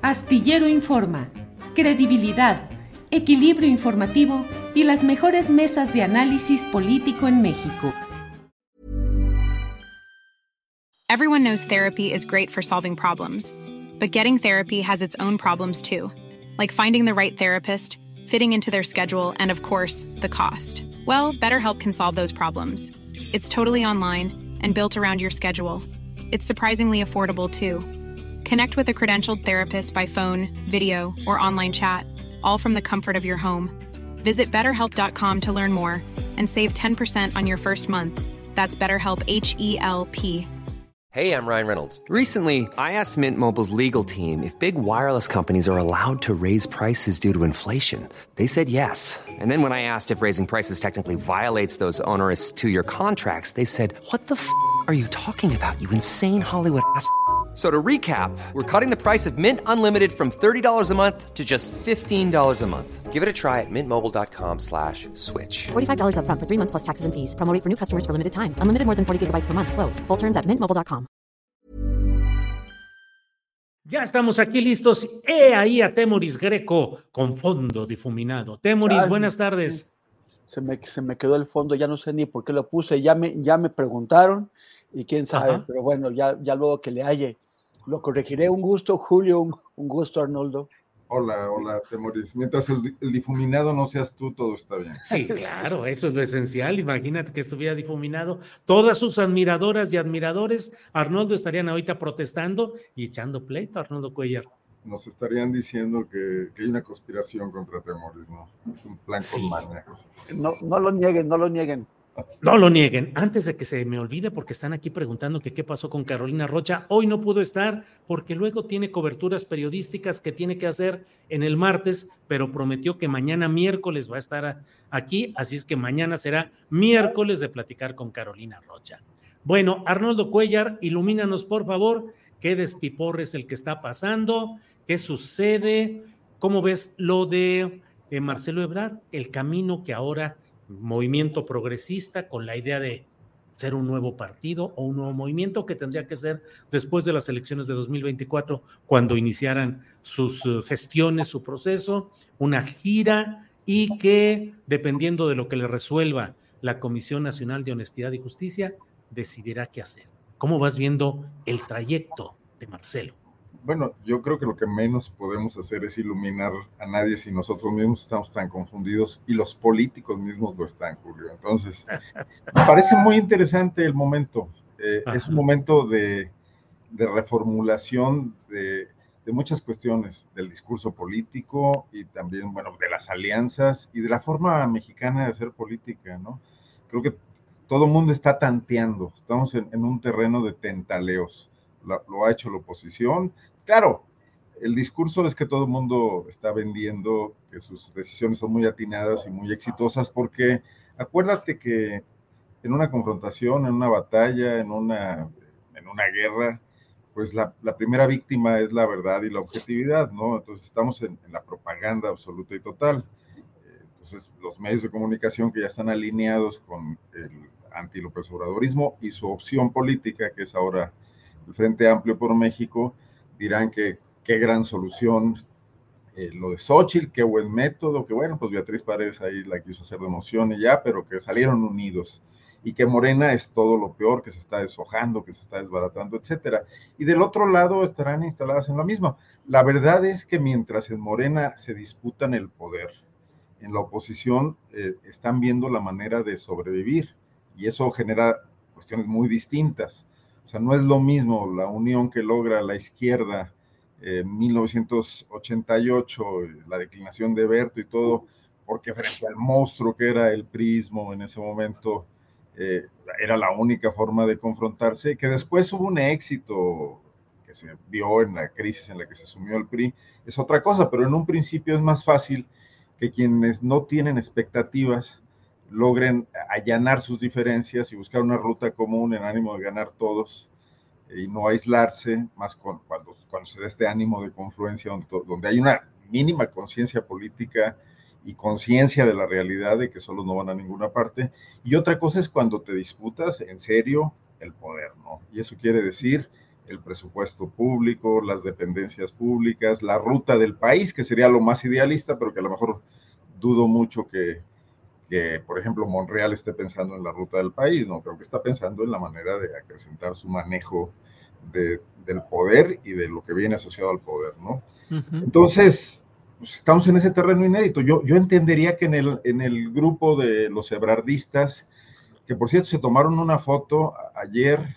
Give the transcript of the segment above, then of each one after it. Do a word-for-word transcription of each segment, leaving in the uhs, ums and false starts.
Astillero Informa, credibilidad, equilibrio informativo y las mejores mesas de análisis político en México. Everyone knows therapy is great for solving problems, but getting therapy has its own problems too, like finding the right therapist, fitting into their schedule, and of course, the cost. Well, BetterHelp can solve those problems. It's totally online and built around your schedule. It's surprisingly affordable too. Connect with a credentialed therapist by phone, video, or online chat, all from the comfort of your home. Visit better help dot com to learn more and save ten percent on your first month. That's BetterHelp, H E L P. Hey, I'm Ryan Reynolds. Recently, I asked Mint Mobile's legal team if big wireless companies are allowed to raise prices due to inflation. They said yes. And then when I asked if raising prices technically violates those onerous two-year contracts, they said, what the f*** are you talking about, you insane Hollywood ass f- So to recap, we're cutting the price of Mint Unlimited from thirty dollars a month to just fifteen dollars a month. Give it a try at mintmobile.com slash switch. forty-five dollars up front for three months plus taxes and fees. Promo rate for new customers for limited time. Unlimited more than forty gigabytes per month. Slows full terms at mint mobile dot com. Ya estamos aquí listos. He ahí a Temoris Greco con fondo difuminado. Temoris, Ay, buenas tardes. Se me, se me quedó el fondo, ya no sé ni por qué lo puse. Ya me, ya me preguntaron y quién sabe, Ajá. Pero bueno, ya, ya luego que le halle. Lo corregiré. Un gusto, Julio, un, un gusto, Arnoldo. Hola, hola, Temoris. Mientras el, el difuminado no seas tú, todo está bien. Sí, claro, eso es lo esencial. Imagínate que estuviera difuminado. Todas sus admiradoras y admiradores, Arnoldo, estarían ahorita protestando y echando pleito, Arnoldo Cuellar. Nos estarían diciendo que, que hay una conspiración contra Temoris, ¿no? Es un plan sí. con maña. No, no lo nieguen, no lo nieguen. No lo nieguen. Antes de que se me olvide, porque están aquí preguntando que qué pasó con Carolina Rocha, hoy no pudo estar porque luego tiene coberturas periodísticas que tiene que hacer en el martes, pero prometió que mañana miércoles va a estar aquí, así es que mañana será miércoles de platicar con Carolina Rocha. Bueno, Arnoldo Cuellar, ilumínanos por favor, qué despiporre es el que está pasando, qué sucede, cómo ves lo de eh, Marcelo Ebrard, el camino que ahora Movimiento Progresista, con la idea de ser un nuevo partido o un nuevo movimiento que tendría que ser después de las elecciones de dos mil veinticuatro, cuando iniciaran sus uh, gestiones, su proceso, una gira y que, dependiendo de lo que le resuelva la Comisión Nacional de Honestidad y Justicia, decidirá qué hacer. ¿Cómo vas viendo el trayecto de Marcelo? Bueno, yo creo que lo que menos podemos hacer es iluminar a nadie si nosotros mismos estamos tan confundidos y los políticos mismos lo están, Julio. Entonces, me parece muy interesante el momento. Eh, es un momento de, de reformulación de, de muchas cuestiones, del discurso político y también, bueno, de las alianzas y de la forma mexicana de hacer política, ¿no? Creo que todo el mundo está tanteando, estamos en, en un terreno de tentaleos. Lo, lo ha hecho la oposición. Claro, el discurso es que todo el mundo está vendiendo que sus decisiones son muy atinadas y muy exitosas, porque acuérdate que en una confrontación, en una batalla, en una, en una guerra, pues la, la primera víctima es la verdad y la objetividad, ¿no? Entonces estamos en, en la propaganda absoluta y total. Entonces los medios de comunicación que ya están alineados con el anti-López Obradorismo y su opción política, que es ahora el Frente Amplio por México, dirán que qué gran solución eh, lo de Xóchitl, qué buen método, que bueno, pues Beatriz Paredes ahí la quiso hacer de emoción y ya, pero que salieron unidos, y que Morena es todo lo peor, que se está deshojando, que se está desbaratando, etcétera. Y del otro lado estarán instaladas en lo mismo. La verdad es que mientras en Morena se disputan el poder, en la oposición eh, están viendo la manera de sobrevivir, y eso genera cuestiones muy distintas. O sea, no es lo mismo la unión que logra la izquierda en eh, mil novecientos ochenta y ocho, la declinación de Berto y todo, porque frente al monstruo que era el prismo en ese momento, eh, era la única forma de confrontarse, que después hubo un éxito que se vio en la crisis en la que se sumió el P R I, es otra cosa, pero en un principio es más fácil que quienes no tienen expectativas logren allanar sus diferencias y buscar una ruta común en ánimo de ganar todos y no aislarse, más con, cuando, cuando se da este ánimo de confluencia donde, donde hay una mínima conciencia política y conciencia de la realidad de que solo no van a ninguna parte. Y otra cosa es cuando te disputas en serio el poder, ¿no? Y eso quiere decir el presupuesto público, las dependencias públicas, la ruta del país, que sería lo más idealista, pero que a lo mejor dudo mucho que, que, por ejemplo, Monreal esté pensando en la ruta del país, no, creo que está pensando en la manera de acrecentar su manejo de, del poder y de lo que viene asociado al poder, ¿no? Uh-huh. Entonces, pues estamos en ese terreno inédito. Yo, yo entendería que en el, en el grupo de los ebrardistas, que por cierto se tomaron una foto ayer,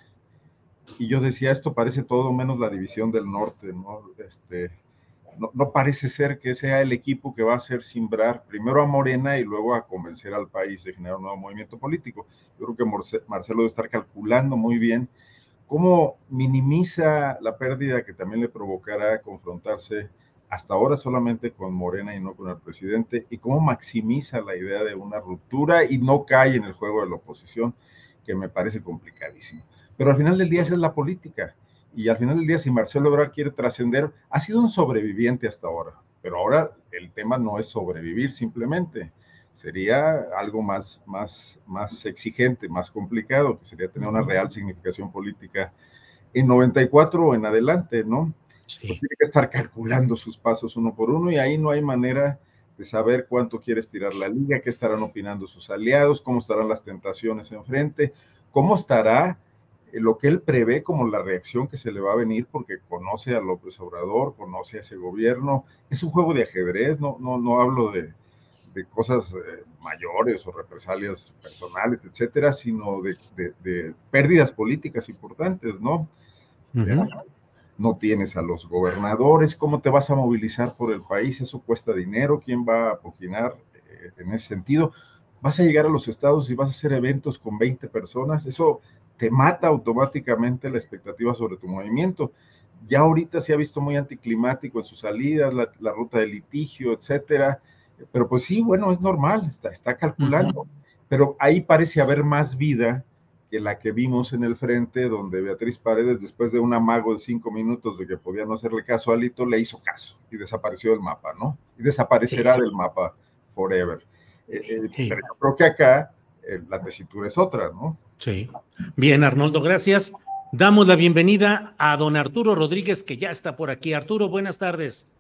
y yo decía, esto parece todo menos la división del norte, ¿no? Este, no, no parece ser que sea el equipo que va a hacer simbrar primero a Morena y luego a convencer al país de generar un nuevo movimiento político. Yo creo que Marcelo debe estar calculando muy bien cómo minimiza la pérdida que también le provocará confrontarse hasta ahora solamente con Morena y no con el presidente, y cómo maximiza la idea de una ruptura y no cae en el juego de la oposición, que me parece complicadísimo. Pero al final del día esa es la política, y al final del día si Marcelo Ebrard quiere trascender, ha sido un sobreviviente hasta ahora, pero ahora el tema no es sobrevivir simplemente, sería algo más, más, más exigente, más complicado, que sería tener una real significación política en noventa y cuatro o en adelante, ¿no? Sí. Pues tiene que estar calculando sus pasos uno por uno, y ahí no hay manera de saber cuánto quiere estirar la liga, qué estarán opinando sus aliados, cómo estarán las tentaciones enfrente, cómo estará lo que él prevé como la reacción que se le va a venir, porque conoce a López Obrador, conoce a ese gobierno. Es un juego de ajedrez, no, no, no hablo de, de cosas eh, mayores o represalias personales, etcétera, sino de, de, de pérdidas políticas importantes, ¿no? Uh-huh. No tienes a los gobernadores, ¿cómo te vas a movilizar por el país? Eso cuesta dinero, ¿quién va a apoquinar eh, en ese sentido? Vas a llegar a los estados y vas a hacer eventos con veinte personas, eso te mata automáticamente la expectativa sobre tu movimiento. Ya ahorita se ha visto muy anticlimático en sus salidas, la, la ruta de litigio, etcétera, pero pues sí, bueno, es normal, está, está calculando, uh-huh. Pero ahí parece haber más vida que la que vimos en el frente, donde Beatriz Paredes, después de un amago de cinco minutos de que podía no hacerle caso a Alito, le hizo caso y desapareció del mapa, ¿no? Y desaparecerá sí. del mapa forever. Eh, eh, sí. Pero yo creo que acá eh, la tesitura es otra, ¿no? Sí. Bien, Arnoldo, gracias. Damos la bienvenida a don Arturo Rodríguez, que ya está por aquí. Arturo, buenas tardes.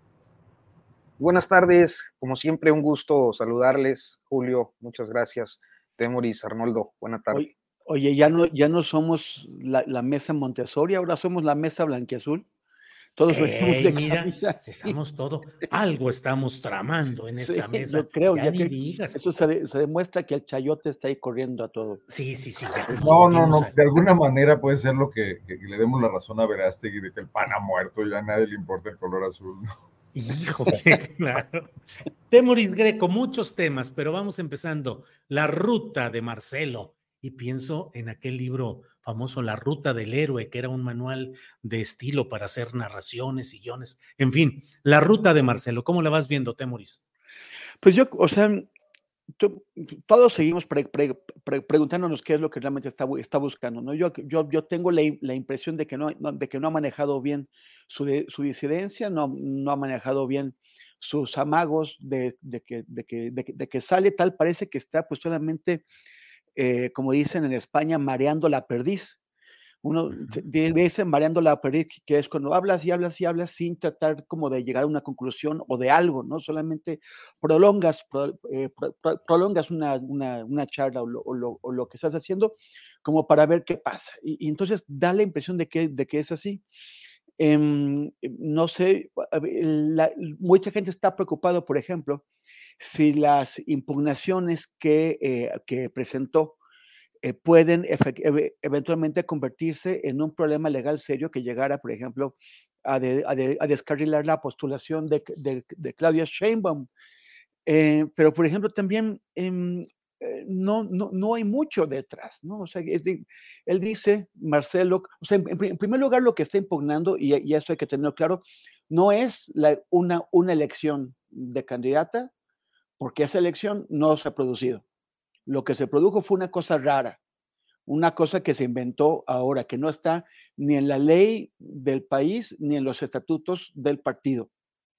Buenas tardes, como siempre, un gusto saludarles. Julio, muchas gracias. Temoris, Arnoldo, buena tarde. Oye, oye ya no, ya no somos la, la mesa Montessori, ahora somos la mesa blanquiazul. Todos venimos de mira, camisa. Estamos todo, algo estamos tramando en esta sí, mesa. Yo creo, ya ya ni que digas. Eso se, se demuestra que el chayote está ahí corriendo a todo. Sí, sí, sí. Ya no, no, no, de alguna manera puede ser lo que, que le demos la razón a Verástegui de que el pan ha muerto, ya a nadie le importa el color azul, ¿no? Híjole, claro. Temoris Greco, muchos temas, pero vamos empezando. La ruta de Marcelo. Y pienso en aquel libro famoso, La Ruta del Héroe, que era un manual de estilo para hacer narraciones y guiones. En fin, La Ruta de Marcelo. ¿Cómo la vas viendo, Temoris? Pues yo, o sea, tú, todos seguimos pre, pre, pre, preguntándonos qué es lo que realmente está, está buscando, ¿no? Yo, yo, yo tengo la, la impresión de que no, de que no ha manejado bien su, de, su disidencia, no, no ha manejado bien sus amagos de, de, que, de, que, de, que, de que sale tal, parece que está pues solamente... Eh, como dicen en España, mareando la perdiz. Uno dice mareando la perdiz, que es cuando hablas y hablas y hablas sin tratar como de llegar a una conclusión o de algo, ¿no? Solamente prolongas, pro, eh, pro, pro, prolongas una, una, una charla o lo, o, lo, o lo que estás haciendo como para ver qué pasa. Y, y entonces da la impresión de que, de que es así. Eh, no sé, la, mucha gente está preocupada, por ejemplo, si las impugnaciones que, eh, que presentó eh, pueden efe- eventualmente convertirse en un problema legal serio que llegara, por ejemplo, a, de, a, de, a descarrilar la postulación de, de, de Claudia Sheinbaum. Eh, pero, por ejemplo, también eh, no, no, no hay mucho detrás, ¿no? O sea, él, él dice, Marcelo, o sea, en, en primer lugar, lo que está impugnando, y, y esto hay que tenerlo claro, no es la, una, una elección de candidata, porque esa elección no se ha producido. Lo que se produjo fue una cosa rara, una cosa que se inventó ahora, que no está ni en la ley del país ni en los estatutos del partido.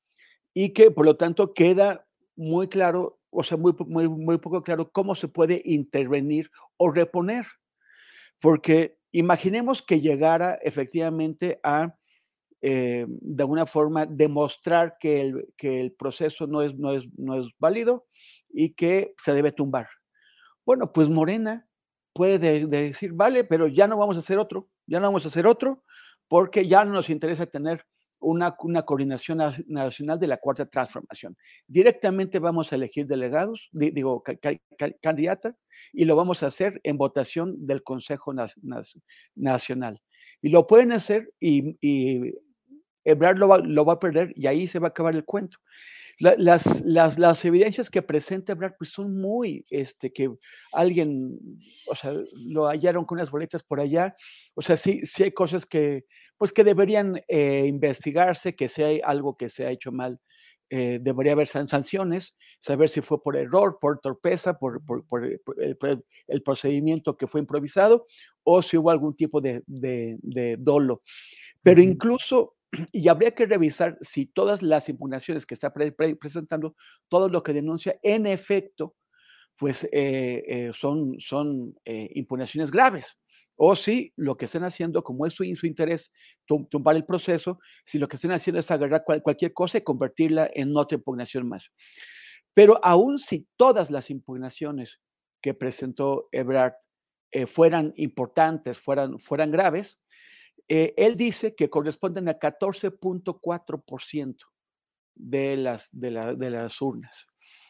Y que, por lo tanto, queda muy claro, o sea, muy, muy, muy poco claro cómo se puede intervenir o reponer. Porque imaginemos que llegara efectivamente a, eh, de alguna forma, demostrar que el, que el proceso no es, no, es, no es válido y que se debe tumbar. Bueno, pues Morena puede de, de decir, vale, pero ya no vamos a hacer otro, ya no vamos a hacer otro, porque ya no nos interesa tener una, una coordinación nacional de la Cuarta Transformación. Directamente vamos a elegir delegados, digo, ca, ca, candidata, y lo vamos a hacer en votación del Consejo na, na, Nacional. Y lo pueden hacer y, y Ebrard lo va, lo va a perder y ahí se va a acabar el cuento. La, las, las, las evidencias que presenta Ebrard pues son muy, este, que alguien, o sea, lo hallaron con unas boletas por allá, o sea, sí, sí hay cosas que, pues que deberían eh, investigarse, que si hay algo que se ha hecho mal, eh, debería haber sanciones, saber si fue por error, por torpeza, por, por, por, por, el, por el procedimiento que fue improvisado, o si hubo algún tipo de, de, de dolo. Pero uh-huh. incluso, y habría que revisar si todas las impugnaciones que está pre pre presentando, todo lo que denuncia, en efecto, pues eh, eh, son, son eh, impugnaciones graves. O si lo que están haciendo, como es su, su interés tumbar el proceso, si lo que están haciendo es agarrar cual, cualquier cosa y convertirla en otra impugnación más. Pero aún si todas las impugnaciones que presentó Ebrard eh, fueran importantes, fueran, fueran graves, Eh, él dice que corresponden a catorce punto cuatro por ciento de las, de, la, de las urnas.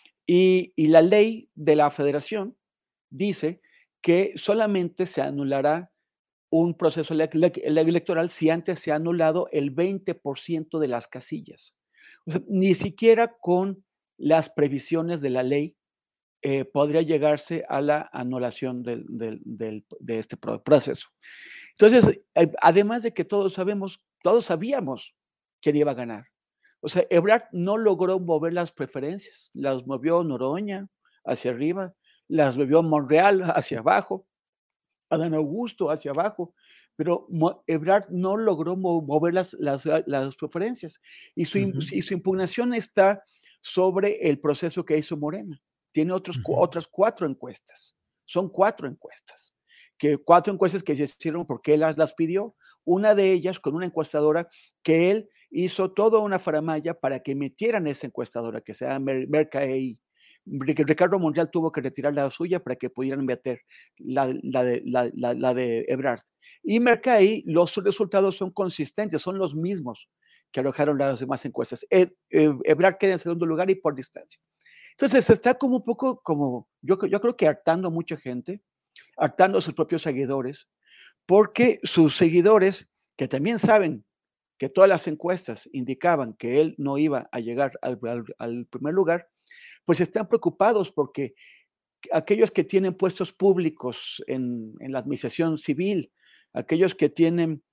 Y, y la ley de la federación dice que solamente se anulará un proceso ele ele electoral si antes se ha anulado el veinte por ciento de las casillas. O sea, ni siquiera con las previsiones de la ley eh, podría llegarse a la anulación del, del, del, de este proceso. Entonces, eh, además de que todos sabemos, todos sabíamos quién iba a ganar. O sea, Ebrard no logró mover las preferencias, las movió Noroña hacia arriba, las movió Monreal hacia abajo, Adán Augusto hacia abajo, pero Ebrard no logró mover las, las, las preferencias y su, uh-huh. y su impugnación está sobre el proceso que hizo Morena. Tiene otros, uh-huh. otras cuatro encuestas, son cuatro encuestas. Que cuatro encuestas que se hicieron porque él las, las pidió, una de ellas con una encuestadora que él hizo toda una faramalla para que metieran esa encuestadora, que se llama Mercaí. Ricardo Monreal tuvo que retirar la suya para que pudieran meter la, la, de, la, la, la de Ebrard. Y Mercaí, los resultados son consistentes, son los mismos que arrojaron las demás encuestas. E, e, Ebrard queda en segundo lugar y por distancia. Entonces está como un poco como, yo, yo creo que hartando a mucha gente, hartando a sus propios seguidores, porque sus seguidores, que también saben que todas las encuestas indicaban que él no iba a llegar al, al, al primer lugar, pues están preocupados porque aquellos que tienen puestos públicos en, en la administración civil, aquellos que tienen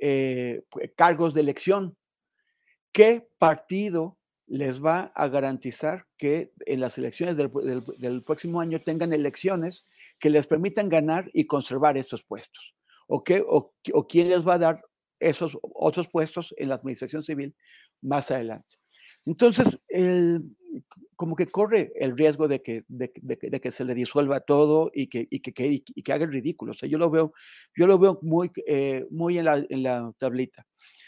eh, cargos de elección, ¿qué partido les va a garantizar que en las elecciones del, del, del próximo año tengan elecciones que les permitan ganar y conservar estos puestos? ¿O, qué, o, o quién les va a dar esos otros puestos en la administración civil más adelante? Entonces, el, como que corre el riesgo de que, de, de, de que se le disuelva todo y que, y que, que, y que haga el ridículo. O sea, yo lo veo, yo lo veo muy, eh, muy en, la, en la tablita.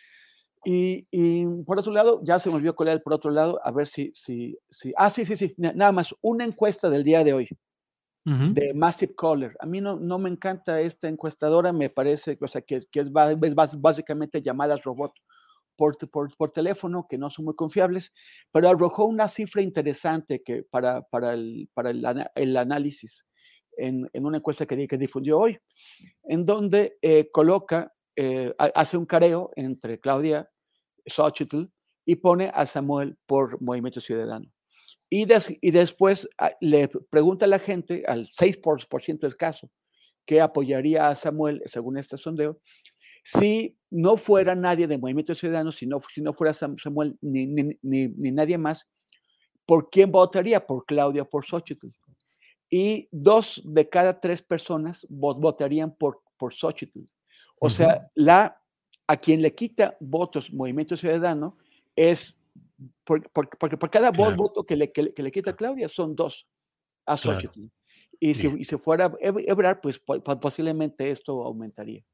Y, y por otro lado, ya se me olvidó colar por otro lado, a ver si, si, si, ah, sí, sí, sí, nada más, una encuesta del día de hoy. Uh-huh. De Massive Caller. A mí no, no me encanta esta encuestadora, me parece, o sea, que, que es, es básicamente llamadas robot por, por, por teléfono, que no son muy confiables, pero arrojó una cifra interesante que para, para, el, para el, el análisis en, en una encuesta que, que difundió hoy, en donde eh, coloca, eh, hace un careo entre Claudia Xochitl y pone a Samuel por Movimiento Ciudadano. Y, des, y después a, le pregunta a la gente, al seis por ciento escaso, que apoyaría a Samuel, según este sondeo, si no fuera nadie de Movimiento Ciudadano, si no, si no fuera Samuel ni, ni, ni, ni nadie más, ¿por quién votaría? ¿Por Claudia o por Xochitl? Y dos de cada tres personas votarían por, por Xochitl. O uh-huh. sea, la, a quien le quita votos Movimiento Ciudadano es... Porque por, por, por cada claro. voto que le, que, que le quita Claudia son dos a Xochitl. Claro. Y si, y si fuera Ebrard, pues posiblemente esto aumentaría.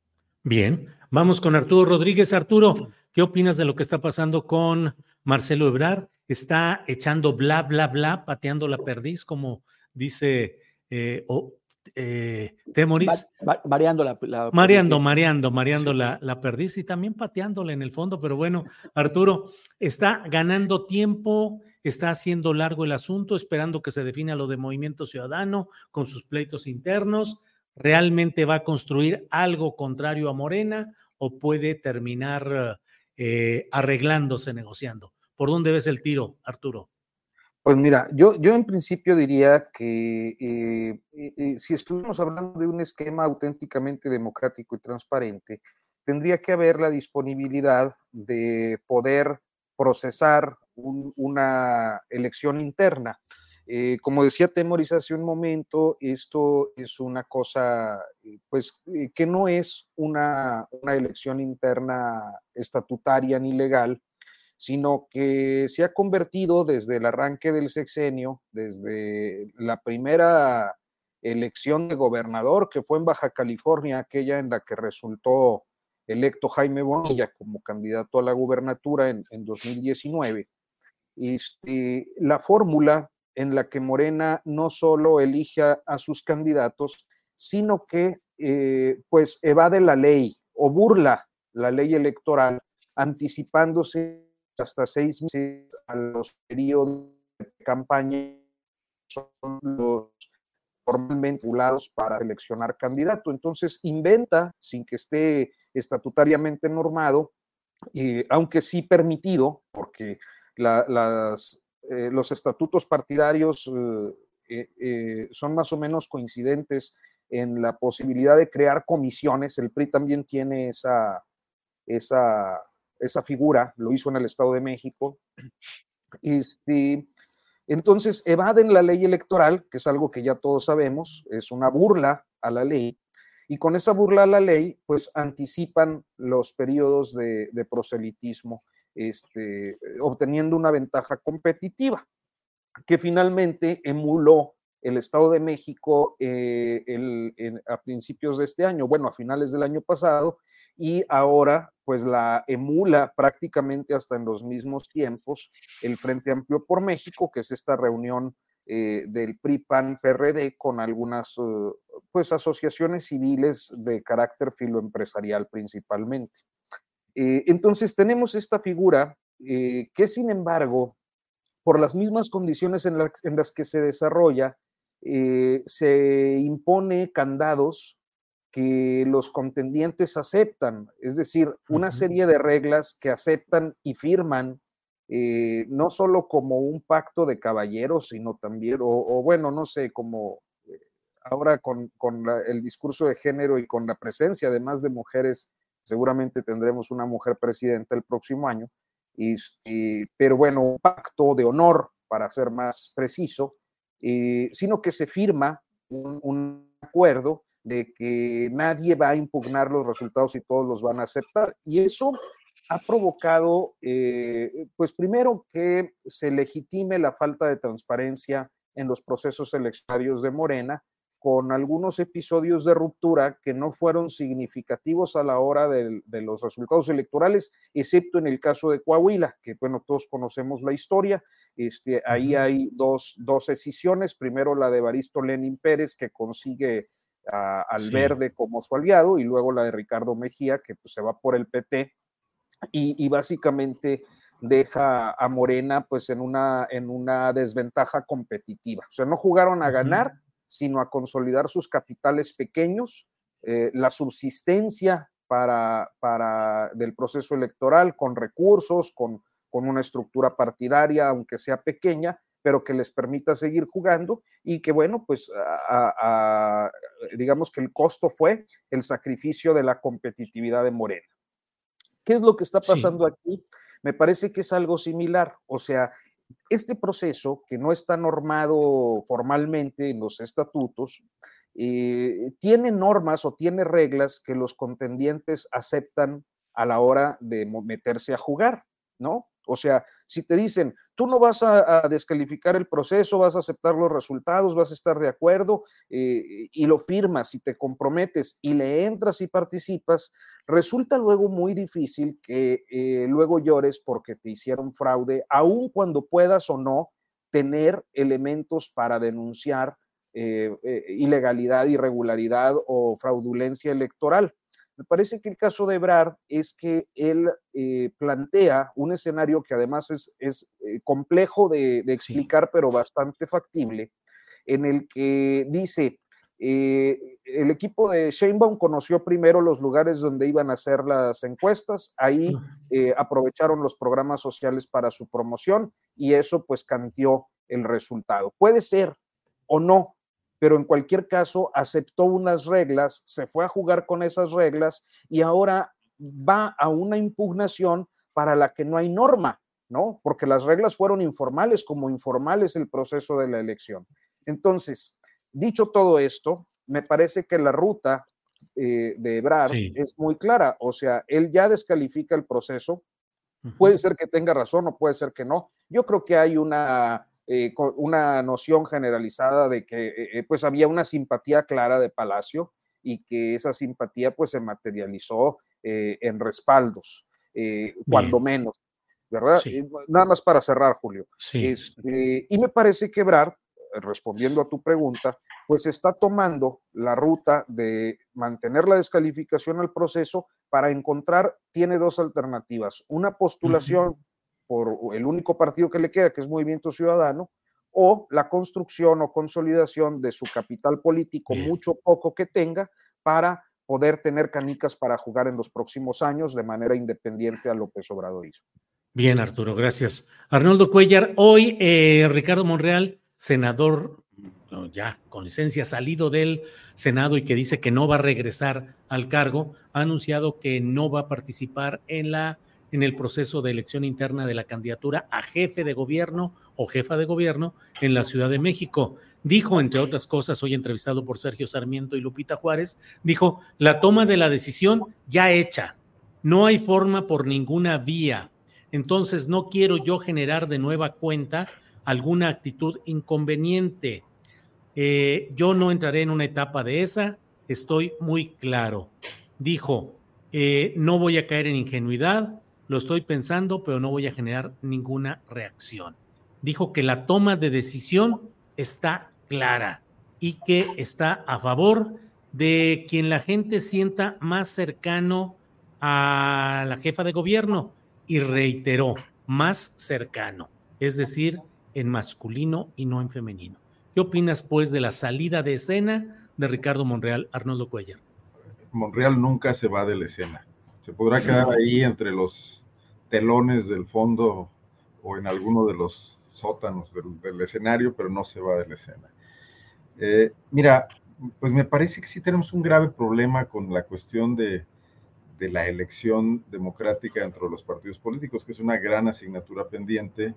Bien, vamos con Arturo Rodríguez. Arturo, ¿qué opinas de lo que está pasando con Marcelo Ebrard? Está echando bla, bla, bla, pateando la perdiz, como dice eh, oh, eh, Temoris. Va, va, variando la, la Mareando, perdiz. mareando, mareando Sí. la, la perdiz y también pateándola en el fondo, pero bueno, Arturo, está ganando tiempo, está haciendo largo el asunto, esperando que se defina lo de Movimiento Ciudadano con sus pleitos internos. ¿Realmente va a construir algo contrario a Morena o puede terminar eh, arreglándose, negociando? ¿Por dónde ves el tiro, Arturo? Pues mira, yo, yo en principio diría que eh, eh, si estuviéramos hablando de un esquema auténticamente democrático y transparente, tendría que haber la disponibilidad de poder procesar un, una elección interna. Eh, como decía Temoris hace un momento, esto es una cosa, pues, eh, que no es una, una elección interna estatutaria ni legal, sino que se ha convertido desde el arranque del sexenio, desde la primera elección de gobernador, que fue en Baja California, aquella en la que resultó electo Jaime Bonilla como candidato a la gubernatura en, en dos mil diecinueve. Este, la fórmula en la que Morena no solo elige a, a sus candidatos, sino que eh, pues evade la ley o burla la ley electoral, anticipándose hasta seis meses a los periodos de campaña son los formalmente vinculados para seleccionar candidato. Entonces inventa, sin que esté estatutariamente normado, eh, aunque sí permitido, porque la, las, eh, los estatutos partidarios eh, eh, son más o menos coincidentes en la posibilidad de crear comisiones. El P R I también tiene esa, esa esa figura, lo hizo en el Estado de México. Este, entonces evaden la ley electoral, que es algo que ya todos sabemos, es una burla a la ley, y con esa burla a la ley, pues anticipan los periodos de, de proselitismo, este, obteniendo una ventaja competitiva, que finalmente emuló el Estado de México eh, el, el, a principios de este año, bueno, a finales del año pasado, y ahora pues la emula prácticamente hasta en los mismos tiempos el Frente Amplio por México, que es esta reunión eh, del P R I, P A N, P R D con algunas uh, pues asociaciones civiles de carácter filoempresarial principalmente. Eh, entonces tenemos esta figura eh, que sin embargo, por las mismas condiciones en, la, en las que se desarrolla, eh, se impone candados que los contendientes aceptan, es decir, una serie de reglas que aceptan y firman, eh, no solo como un pacto de caballeros, sino también, o, o bueno, no sé, como eh, ahora con, con la, el discurso de género y con la presencia además de mujeres, seguramente tendremos una mujer presidenta el próximo año, y, y, pero bueno, un pacto de honor, para ser más preciso, eh, sino que se firma un, un acuerdo de que nadie va a impugnar los resultados y todos los van a aceptar. Y eso ha provocado, eh, pues primero, que se legitime la falta de transparencia en los procesos eleccionarios de Morena, con algunos episodios de ruptura que no fueron significativos a la hora de, de los resultados electorales, excepto en el caso de Coahuila, que bueno, todos conocemos la historia. Este, ahí hay dos, dos decisiones, primero la de Evaristo Lenin Pérez, que consigue a, al sí. Verde como su aliado, y luego la de Ricardo Mejía, que pues, se va por el P T, y, y básicamente deja a Morena pues en una, en una desventaja competitiva. O sea, no jugaron a ganar, uh-huh. sino a consolidar sus capitales pequeños, eh, la subsistencia para, para del proceso electoral con recursos, con, con una estructura partidaria, aunque sea pequeña, pero que les permita seguir jugando, y que bueno, pues a, a, digamos que el costo fue el sacrificio de la competitividad de Morena. ¿Qué es lo que está pasando sí. aquí? Me parece que es algo similar, o sea, este proceso, que no está normado formalmente en los estatutos, eh, tiene normas o tiene reglas que los contendientes aceptan a la hora de meterse a jugar, ¿no? O sea, si te dicen, tú no vas a, a descalificar el proceso, vas a aceptar los resultados, vas a estar de acuerdo eh, y lo firmas y te comprometes y le entras y participas, resulta luego muy difícil que eh, luego llores porque te hicieron fraude, aun cuando puedas o no tener elementos para denunciar eh, eh, ilegalidad, irregularidad o fraudulencia electoral. Me parece que el caso de Ebrard es que él eh, plantea un escenario que además es, es eh, complejo de, de explicar, sí, pero bastante factible, en el que dice, eh, el equipo de Sheinbaum conoció primero los lugares donde iban a hacer las encuestas, ahí eh, aprovecharon los programas sociales para su promoción y eso pues cambió el resultado. Puede ser o no, pero en cualquier caso aceptó unas reglas, se fue a jugar con esas reglas y ahora va a una impugnación para la que no hay norma, ¿no? Porque las reglas fueron informales, como informal es el proceso de la elección. Entonces, dicho todo esto, me parece que la ruta eh, de Ebrard sí. es muy clara, o sea, él ya descalifica el proceso, puede ser que tenga razón o puede ser que no. Yo creo que hay una... Eh, con una noción generalizada de que eh, pues había una simpatía clara de Palacio y que esa simpatía pues se materializó eh, en respaldos, eh, cuando menos, ¿verdad? Sí. Eh, nada más para cerrar, Julio. Sí. Este, y me parece que Ebrard, respondiendo a tu pregunta, pues está tomando la ruta de mantener la descalificación al proceso para encontrar, tiene dos alternativas, una postulación uh-huh. por el único partido que le queda, que es Movimiento Ciudadano, o la construcción o consolidación de su capital político, Bien. mucho o poco que tenga, para poder tener canicas para jugar en los próximos años de manera independiente a López Obradorismo. Bien, Arturo, gracias. Arnoldo Cuellar, hoy eh, Ricardo Monreal, senador ya con licencia, salido del Senado y que dice que no va a regresar al cargo, ha anunciado que no va a participar en la en el proceso de elección interna de la candidatura a jefe de gobierno o jefa de gobierno en la Ciudad de México. Dijo, entre otras cosas, hoy entrevistado por Sergio Sarmiento y Lupita Juárez, dijo, la toma de la decisión ya hecha, no hay forma por ninguna vía, entonces no quiero yo generar de nueva cuenta alguna actitud inconveniente. Eh, yo no entraré en una etapa de esa, estoy muy claro. Dijo, eh, no voy a caer en ingenuidad, lo estoy pensando, pero no voy a generar ninguna reacción. Dijo que la toma de decisión está clara y que está a favor de quien la gente sienta más cercano a la jefa de gobierno y reiteró, más cercano, es decir, en masculino y no en femenino. ¿Qué opinas, pues, de la salida de escena de Ricardo Monreal, Arnoldo Cuellar? Monreal nunca se va de la escena. Se podrá quedar ahí entre los telones del fondo o en alguno de los sótanos del, del escenario, pero no se va de la escena. Eh, mira, pues me parece que sí tenemos un grave problema con la cuestión de, de la elección democrática dentro de los partidos políticos, que es una gran asignatura pendiente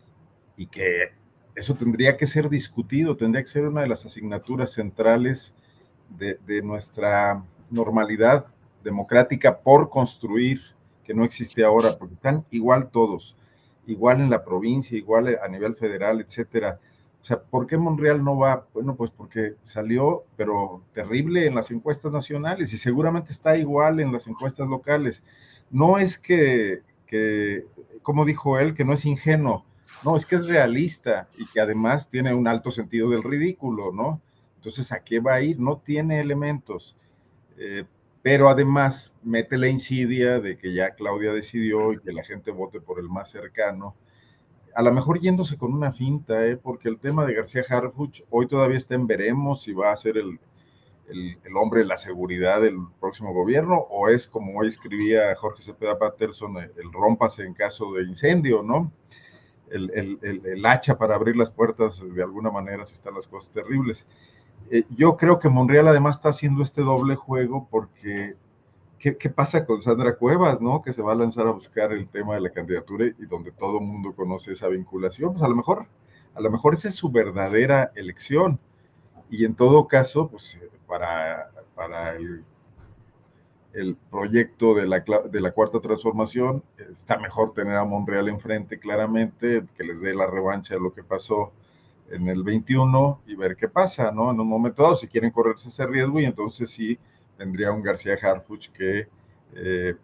y que eso tendría que ser discutido, tendría que ser una de las asignaturas centrales de, de nuestra normalidad democrática por construir, que no existe ahora, porque están igual todos, igual en la provincia, igual a nivel federal, etcétera. O sea, ¿por qué Monreal no va? Bueno, pues porque salió, pero terrible en las encuestas nacionales y seguramente está igual en las encuestas locales. No es que, que, como dijo él, que no es ingenuo, no, es que es realista y que además tiene un alto sentido del ridículo, ¿no? Entonces, ¿a qué va a ir? No tiene elementos. Eh, pero además mete la insidia de que ya Claudia decidió y que la gente vote por el más cercano, a lo mejor yéndose con una finta, ¿eh? Porque el tema de García Harfuch hoy todavía está en veremos si va a ser el, el, el hombre de la seguridad del próximo gobierno, o es, como hoy escribía Jorge Cepeda Patterson, el, el rómpase en caso de incendio, ¿no? El, el, el, el hacha para abrir las puertas de alguna manera si están las cosas terribles. Eh, yo creo que Monreal además está haciendo este doble juego porque ¿qué, qué pasa con Sandra Cuevas, ¿no? Que se va a lanzar a buscar el tema de la candidatura y donde todo el mundo conoce esa vinculación, pues a lo mejor, a lo mejor esa es su verdadera elección y en todo caso, pues para, para el, el proyecto de la, de la Cuarta Transformación. Está mejor tener a Monreal enfrente, claramente, que les dé la revancha de lo que pasó en el veintiuno y ver qué pasa, ¿no? En un momento dado, si quieren correrse ese riesgo, y entonces sí vendría un García Harfuch que... Eh,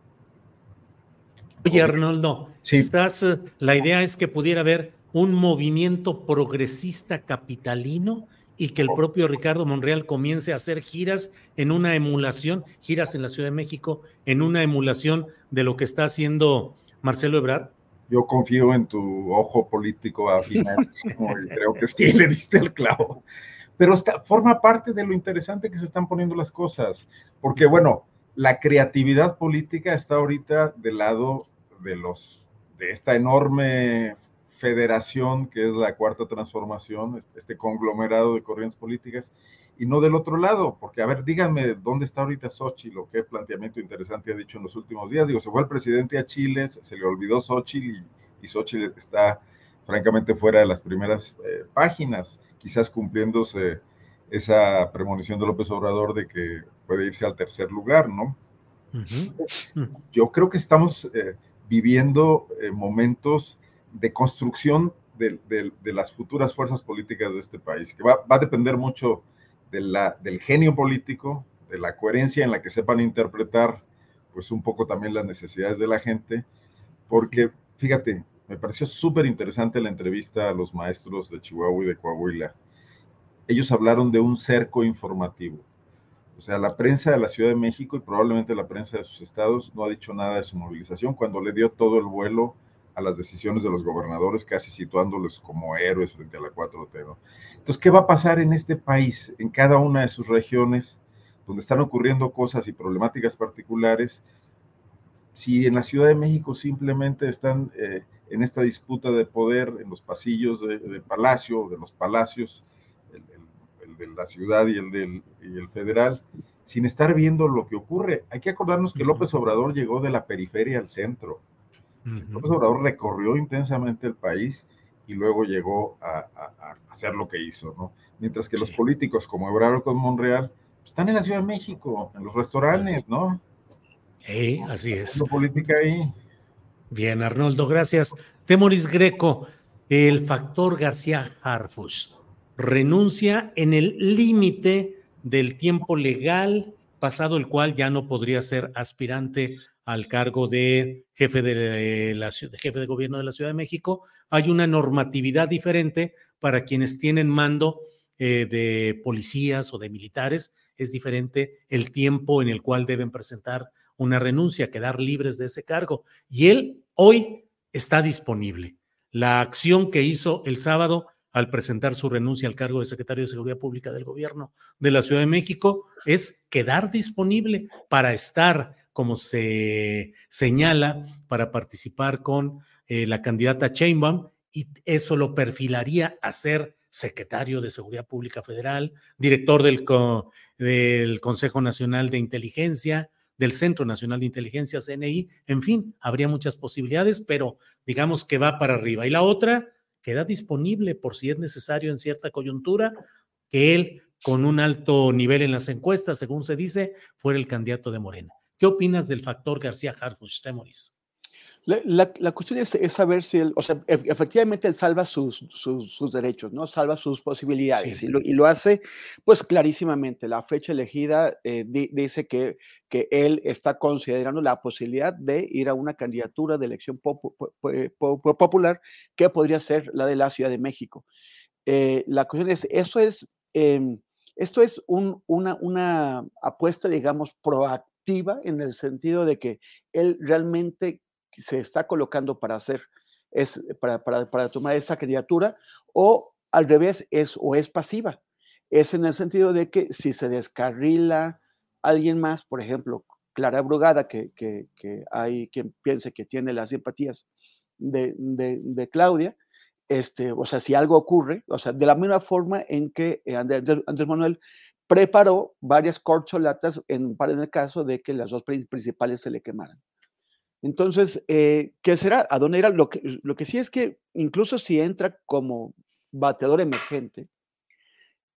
Oye, Arnoldo, sí. estás, la idea es que pudiera haber un movimiento progresista capitalino y que el propio Ricardo Monreal comience a hacer giras en una emulación, giras en la Ciudad de México, en una emulación de lo que está haciendo Marcelo Ebrard. Yo confío en tu ojo político afinadísimo y creo que sí le diste el clavo. Pero está, forma parte de lo interesante que se están poniendo las cosas, porque bueno, la creatividad política está ahorita del lado de los de esta enorme federación que es la Cuarta Transformación, este conglomerado de corrientes políticas, y no del otro lado, porque a ver, díganme dónde está ahorita Xóchitl, o qué planteamiento interesante ha dicho en los últimos días. Digo, se fue el presidente a Chile, se, se le olvidó Xóchitl, y, y Xóchitl está francamente fuera de las primeras eh, páginas, quizás cumpliéndose esa premonición de López Obrador de que puede irse al tercer lugar, ¿no? Uh-huh. Uh-huh. Yo creo que estamos eh, viviendo eh, momentos de construcción de, de, de las futuras fuerzas políticas de este país, que va, va a depender mucho de la, del genio político, de la coherencia en la que sepan interpretar, pues un poco también las necesidades de la gente, porque, fíjate, me pareció súper interesante la entrevista a los maestros de Chihuahua y de Coahuila. Ellos hablaron de un cerco informativo. O sea, la prensa de la Ciudad de México y probablemente la prensa de sus estados no ha dicho nada de su movilización cuando le dio todo el vuelo a las decisiones de los gobernadores, casi situándolos como héroes frente a la cuatro T, ¿no? Entonces, ¿qué va a pasar en este país, en cada una de sus regiones, donde están ocurriendo cosas y problemáticas particulares, si en la Ciudad de México simplemente están eh, en esta disputa de poder en los pasillos de, de Palacio, de los palacios, el, el, el de la ciudad y el, del, y el federal, sin estar viendo lo que ocurre? Hay que acordarnos que López Obrador llegó de la periferia al centro. Uh-huh. López Obrador recorrió intensamente el país y luego llegó a, a, a hacer lo que hizo, ¿no? Mientras que sí. Los políticos como Ebrard con Monreal pues, están en la Ciudad de México, en los restaurantes, ¿no? Sí, así es. La política ahí. Bien, Arnoldo, gracias. Temoris Greco, el factor García Harfuch renuncia en el límite del tiempo legal, pasado el cual ya no podría ser aspirante al cargo de jefe de, la, de jefe de gobierno de la Ciudad de México. Hay una normatividad diferente para quienes tienen mando eh, de policías o de militares. Es diferente el tiempo en el cual deben presentar una renuncia, quedar libres de ese cargo. Y él hoy está disponible. La acción que hizo el sábado al presentar su renuncia al cargo de secretario de Seguridad Pública del gobierno de la Ciudad de México es quedar disponible para estar, como se señala, para participar con eh, la candidata Sheinbaum, y eso lo perfilaría a ser secretario de Seguridad Pública Federal, director del, co- del Consejo Nacional de Inteligencia, del Centro Nacional de Inteligencia, C N I, en fin, habría muchas posibilidades, pero digamos que va para arriba. Y la otra queda disponible por si es necesario en cierta coyuntura, que él, con un alto nivel en las encuestas, según se dice, fuera el candidato de Morena. ¿Qué opinas del factor García Harfuch, Temoris? La, la, la cuestión es, es saber si él, o sea, efectivamente él salva sus, sus, sus derechos, ¿no? Salva sus posibilidades, sí. y, lo, y lo hace pues clarísimamente. La fecha elegida eh, di, dice que, que él está considerando la posibilidad de ir a una candidatura de elección pop, pop, pop, popular que podría ser la de la Ciudad de México. Eh, la cuestión es, eso es, eh, esto es un, una, una apuesta, digamos, proactiva en el sentido de que él realmente se está colocando para hacer, es, para, para, para tomar esa candidatura, o al revés, es, o es pasiva. Es en el sentido de que si se descarrila alguien más, por ejemplo, Clara Brugada, que, que, que hay quien piense que tiene las simpatías de, de, de Claudia, este, o sea, si algo ocurre, o sea, de la misma forma en que Andrés, Andrés Manuel preparó varias corcholatas en, para en el caso de que las dos principales se le quemaran. Entonces, eh, ¿qué será? ¿A dónde irá? Lo que, lo que sí es que incluso si entra como bateador emergente,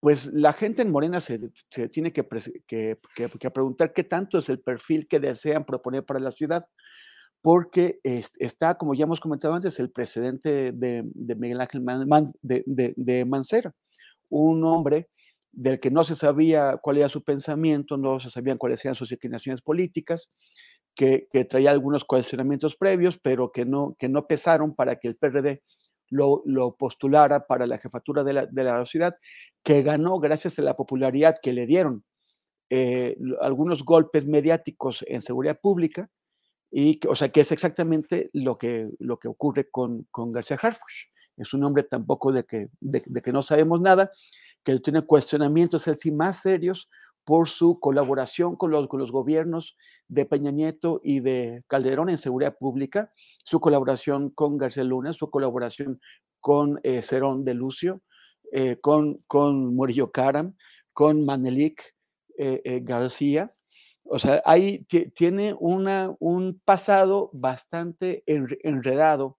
pues la gente en Morena se, se tiene que, que, que, que preguntar qué tanto es el perfil que desean proponer para la ciudad, porque es, está, como ya hemos comentado antes, el precedente de, de Miguel Ángel Man, Man, de, de, de Mancera, un hombre del que no se sabía cuál era su pensamiento, no se sabían cuáles eran sus inclinaciones políticas, que, que traía algunos cuestionamientos previos, pero que no, que no pesaron para que el P R D lo, lo postulara para la jefatura de la, de la ciudad, que ganó gracias a la popularidad que le dieron eh, algunos golpes mediáticos en seguridad pública, y, o sea, que es exactamente lo que, lo que ocurre con, con García Harfuch. Es un hombre tampoco de que, de, de que no sabemos nada, que tiene cuestionamientos así más serios por su colaboración con los, con los gobiernos de Peña Nieto y de Calderón en seguridad pública, su colaboración con García Luna, su colaboración con eh, Cerón de Lucio, eh, con, con Murillo Karam, con Manelik eh, eh, García. O sea, ahí tiene una, un pasado bastante enredado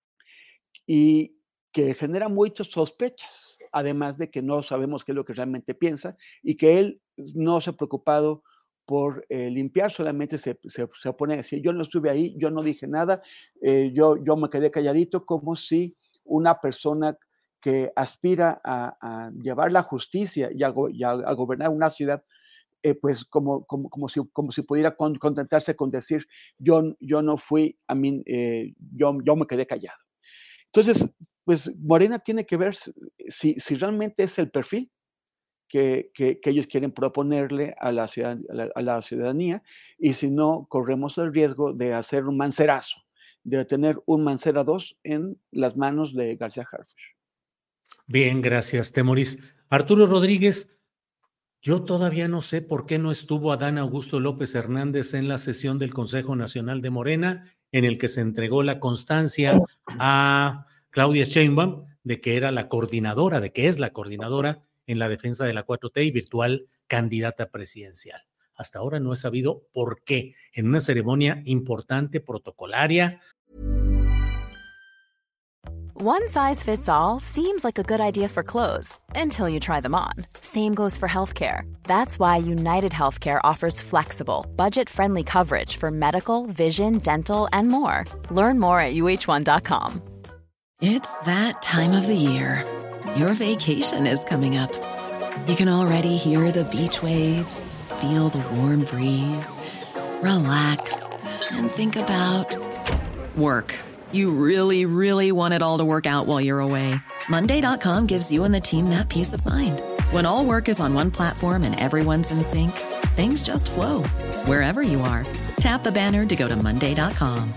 y que genera muchas sospechas, además de que no sabemos qué es lo que realmente piensa y que él no se ha preocupado por eh, limpiar, solamente se, se, se pone a decir, yo no estuve ahí, yo no dije nada, eh, yo, yo me quedé calladito, como si una persona que aspira a, a llevar la justicia y a, y a, a gobernar una ciudad, eh, pues como, como, como, si, como si pudiera con, contentarse con decir, yo, yo no fui, a mí, eh, yo, yo me quedé callado. Entonces, pues Morena tiene que ver si, si realmente es el perfil que, que, que ellos quieren proponerle a la, ciudad, a, la, a la ciudadanía, y si no, corremos el riesgo de hacer un mancerazo, de tener un Mancera dos en las manos de García Harfuch. Bien, gracias, Temoris. Arturo Rodríguez, yo todavía no sé por qué no estuvo Adán Augusto López Hernández en la sesión del Consejo Nacional de Morena, en el que se entregó la constancia a Claudia Sheinbaum de que era la coordinadora, de que es la coordinadora en la defensa de la cuatro T y virtual candidata presidencial. Hasta ahora no he sabido por qué, en una ceremonia importante, protocolaria. One size fits all seems like a good idea for clothes until you try them on. Same goes for healthcare. That's why United Healthcare offers flexible, budget-friendly coverage for medical, vision, dental, and more. Learn more at U H one dot com. It's that time of the year. Your vacation is coming up. You can already hear the beach waves, feel the warm breeze, relax, and think about work. You really, really want it all to work out while you're away. Monday dot com gives you and the team that peace of mind. When all work is on one platform and everyone's in sync, things just flow. Wherever you are, tap the banner to go to Monday dot com.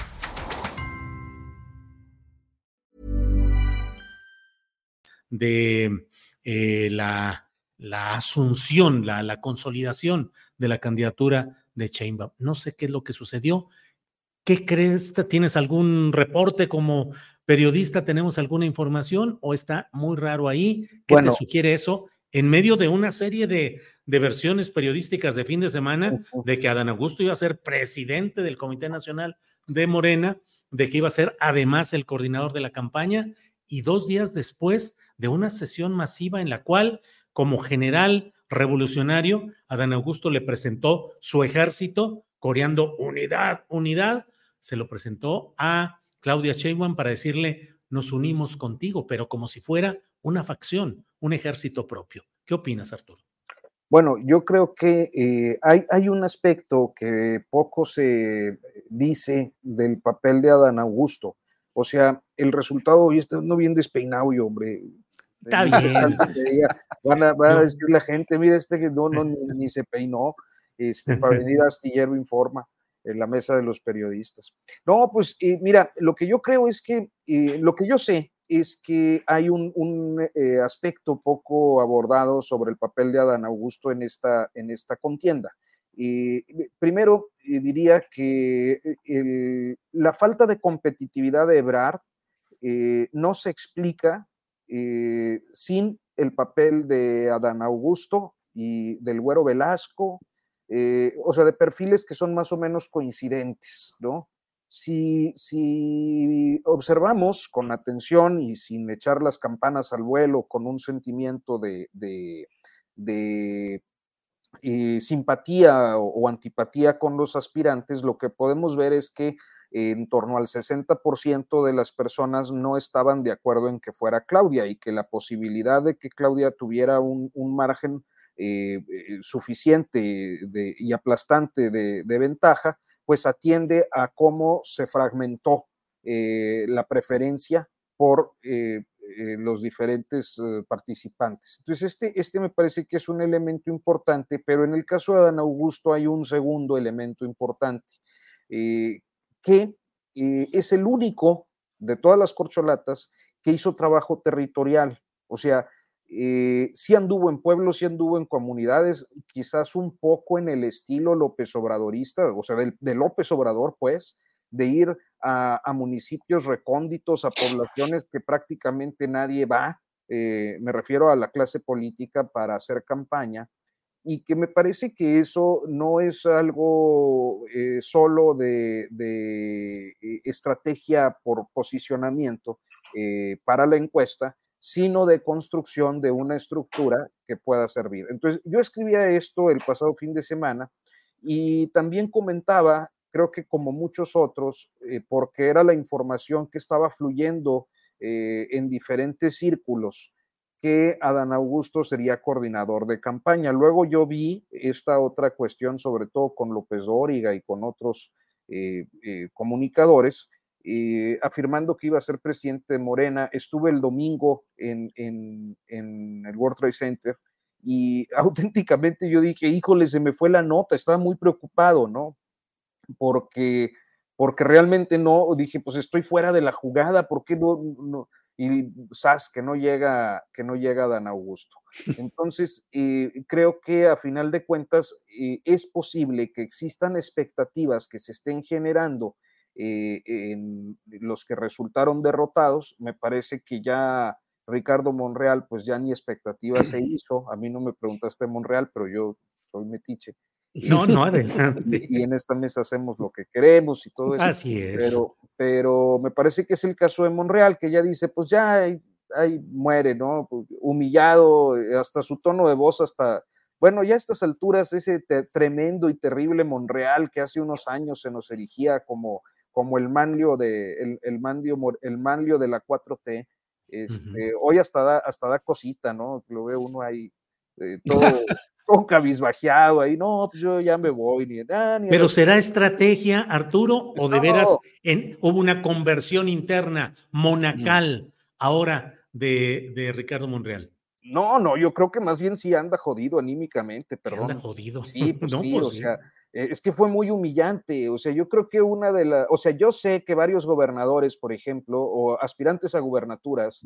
De eh, la, la asunción, la, la consolidación de la candidatura de Sheinbaum. No sé qué es lo que sucedió. ¿Qué crees? ¿Tienes algún reporte como periodista? ¿Tenemos alguna información o está muy raro ahí? ¿Qué bueno, te sugiere eso? En medio de una serie de, de versiones periodísticas de fin de semana uh-huh. de que Adán Augusto iba a ser presidente del Comité Nacional de Morena, de que iba a ser además el coordinador de la campaña, y dos días después de una sesión masiva en la cual, como general revolucionario, Adán Augusto le presentó su ejército coreando unidad, unidad, se lo presentó a Claudia Sheinbaum para decirle, nos unimos contigo, pero como si fuera una facción, un ejército propio. ¿Qué opinas, Arturo? Bueno, yo creo que eh, hay, hay un aspecto que poco se dice del papel de Adán Augusto. O sea, el resultado, hoy está no bien despeinado, y hombre. Está bien. Van a, van a decir la gente, mira, este que no, no ni, ni se peinó, este, para venir a Astillero Informa, en la mesa de los periodistas. No, pues eh, mira, lo que yo creo es que, eh, lo que yo sé es que hay un, un eh, aspecto poco abordado sobre el papel de Adán Augusto en esta, en esta contienda. Eh, primero, eh, diría que el, la falta de competitividad de Ebrard eh, no se explica eh, sin el papel de Adán Augusto y del Güero Velasco, eh, o sea, de perfiles que son más o menos coincidentes, ¿no? Si, si observamos con atención y sin echar las campanas al vuelo, con un sentimiento de, de, de eh, simpatía o, o antipatía con los aspirantes, lo que podemos ver es que en torno al sesenta por ciento de las personas no estaban de acuerdo en que fuera Claudia y que la posibilidad de que Claudia tuviera un, un margen eh, eh, suficiente de, y aplastante de, de ventaja, pues atiende a cómo se fragmentó eh, la preferencia por eh, eh, los diferentes eh, participantes. Entonces, este, este me parece que es un elemento importante, pero en el caso de Adán Augusto hay un segundo elemento importante, eh, que eh, es el único de todas las corcholatas que hizo trabajo territorial, o sea, eh, sí anduvo en pueblos, sí anduvo en comunidades, quizás un poco en el estilo López Obradorista, o sea, del, de López Obrador, pues, de ir a, a municipios recónditos, a poblaciones que prácticamente nadie va, eh, me refiero a la clase política para hacer campaña, y que me parece que eso no es algo eh, solo de, de estrategia por posicionamiento eh, para la encuesta, sino de construcción de una estructura que pueda servir. Entonces, yo escribía esto el pasado fin de semana y también comentaba, creo que como muchos otros, eh, porque era la información que estaba fluyendo eh, en diferentes círculos, que Adán Augusto sería coordinador de campaña. Luego yo vi esta otra cuestión, sobre todo con López Dóriga y con otros eh, eh, comunicadores, eh, afirmando que iba a ser presidente de Morena. Estuve el domingo en, en, en el World Trade Center y auténticamente yo dije, híjole, se me fue la nota, estaba muy preocupado, ¿no? Porque, porque realmente no, dije, pues estoy fuera de la jugada, ¿por qué no? no y sas, que no llega, que no llega Dan Augusto. Entonces, eh, creo que a final de cuentas eh, es posible que existan expectativas que se estén generando eh, en los que resultaron derrotados. Me parece que ya Ricardo Monreal, pues ya ni expectativa se hizo. A mí no me preguntaste Monreal, pero yo soy metiche. No, no, adelante. Y, y en esta mesa hacemos lo que queremos y todo eso. Así es. Pero, pero me parece que es el caso de Monreal, que ya dice, pues ya ahí, ahí muere, ¿no? Humillado, hasta su tono de voz, hasta, bueno, ya a estas alturas, ese te, tremendo y terrible Monreal que hace unos años se nos erigía como, como el manlio de, el, el manlio, el manlio de la cuatro T, este, uh-huh. Hoy hasta da, hasta da cosita, ¿no? Lo ve uno ahí, eh, todo... todo cabizbajeado ahí, no, pues yo ya me voy. Ni, ah, ni Pero ¿será estrategia, Arturo, o de no. veras en, hubo una conversión interna monacal mm. ahora de, de Ricardo Monreal? No, no, yo creo que más bien sí anda jodido anímicamente, perdón. Sí anda jodido. Sí, pues no, sí, pues o sí. sea, eh, es que fue muy humillante, o sea, yo creo que una de las, o sea, yo sé que varios gobernadores, por ejemplo, o aspirantes a gubernaturas,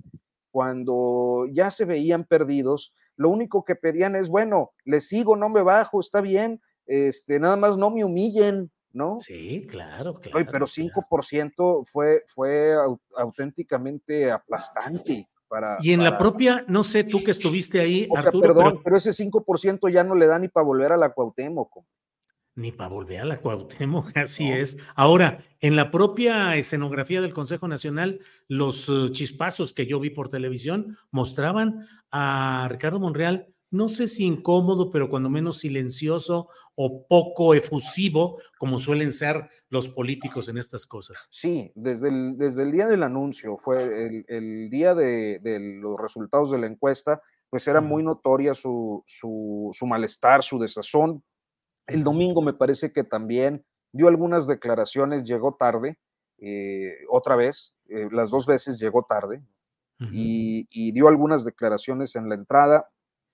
cuando ya se veían perdidos, lo único que pedían es, bueno, les sigo, no me bajo, está bien, este, nada más no me humillen, ¿no? Sí, claro, claro. Oye, pero cinco por ciento fue, fue auténticamente aplastante. Para, y en para... la propia, no sé, tú que estuviste ahí, o sea, Arturo. Perdón, pero... pero ese cinco por ciento ya no le da ni para volver a la Cuauhtémoc. Ni para volver a la Cuauhtémoc, así no. es. Ahora, en la propia escenografía del Consejo Nacional, los uh, chispazos que yo vi por televisión mostraban a Ricardo Monreal, no sé si incómodo, pero cuando menos silencioso o poco efusivo, como suelen ser los políticos en estas cosas. Sí, desde el, desde el día del anuncio, fue el, el día de, de los resultados de la encuesta, pues era muy notoria su, su, su malestar, su desazón. El domingo me parece que también dio algunas declaraciones, llegó tarde, eh, otra vez, eh, las dos veces llegó tarde, uh-huh. y, y dio algunas declaraciones en la entrada,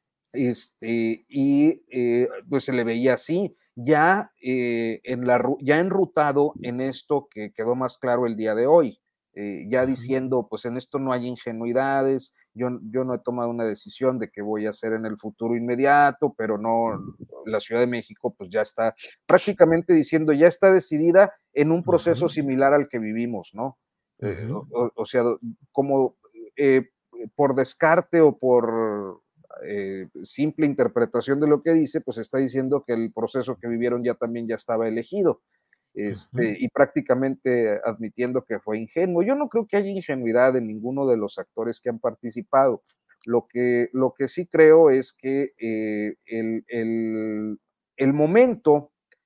este, y eh, pues se le veía así, ya, eh, en la, ya enrutado en esto que quedó más claro el día de hoy, eh, ya uh-huh. diciendo, pues en esto no hay ingenuidades, Yo, yo no he tomado una decisión de qué voy a hacer en el futuro inmediato, pero no, la Ciudad de México pues ya está prácticamente diciendo, ya está decidida en un proceso uh-huh. similar al que vivimos, ¿no? Uh-huh. Eh, o, o sea, como eh, por descarte o por eh, simple interpretación de lo que dice, pues está diciendo que el proceso que vivieron ya también ya estaba elegido. este, Ujú. y prácticamente admitiendo que fue ingenuo. Yo no creo que haya ingenuidad en ninguno de los actores que han participado. Lo que, lo que sí creo es que eh, el, el, el momento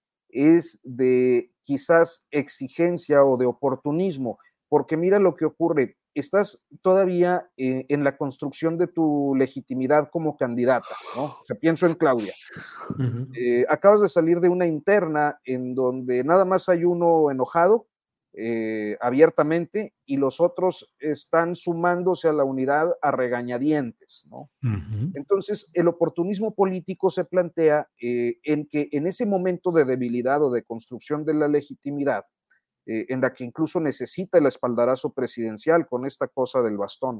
es de quizás exigencia o de oportunismo, porque mira lo que ocurre, estás todavía eh, en la construcción de tu legitimidad como candidata, ¿no? O sea, pienso en Claudia. Ujú. Eh, acabas de salir de una interna en donde nada más hay uno enojado eh, abiertamente y los otros están sumándose a la unidad a regañadientes, ¿no? Ujú. Entonces, el oportunismo político se plantea eh, en que en ese momento de debilidad o de construcción de la legitimidad, eh, en la que incluso necesita el espaldarazo presidencial con esta cosa del bastón,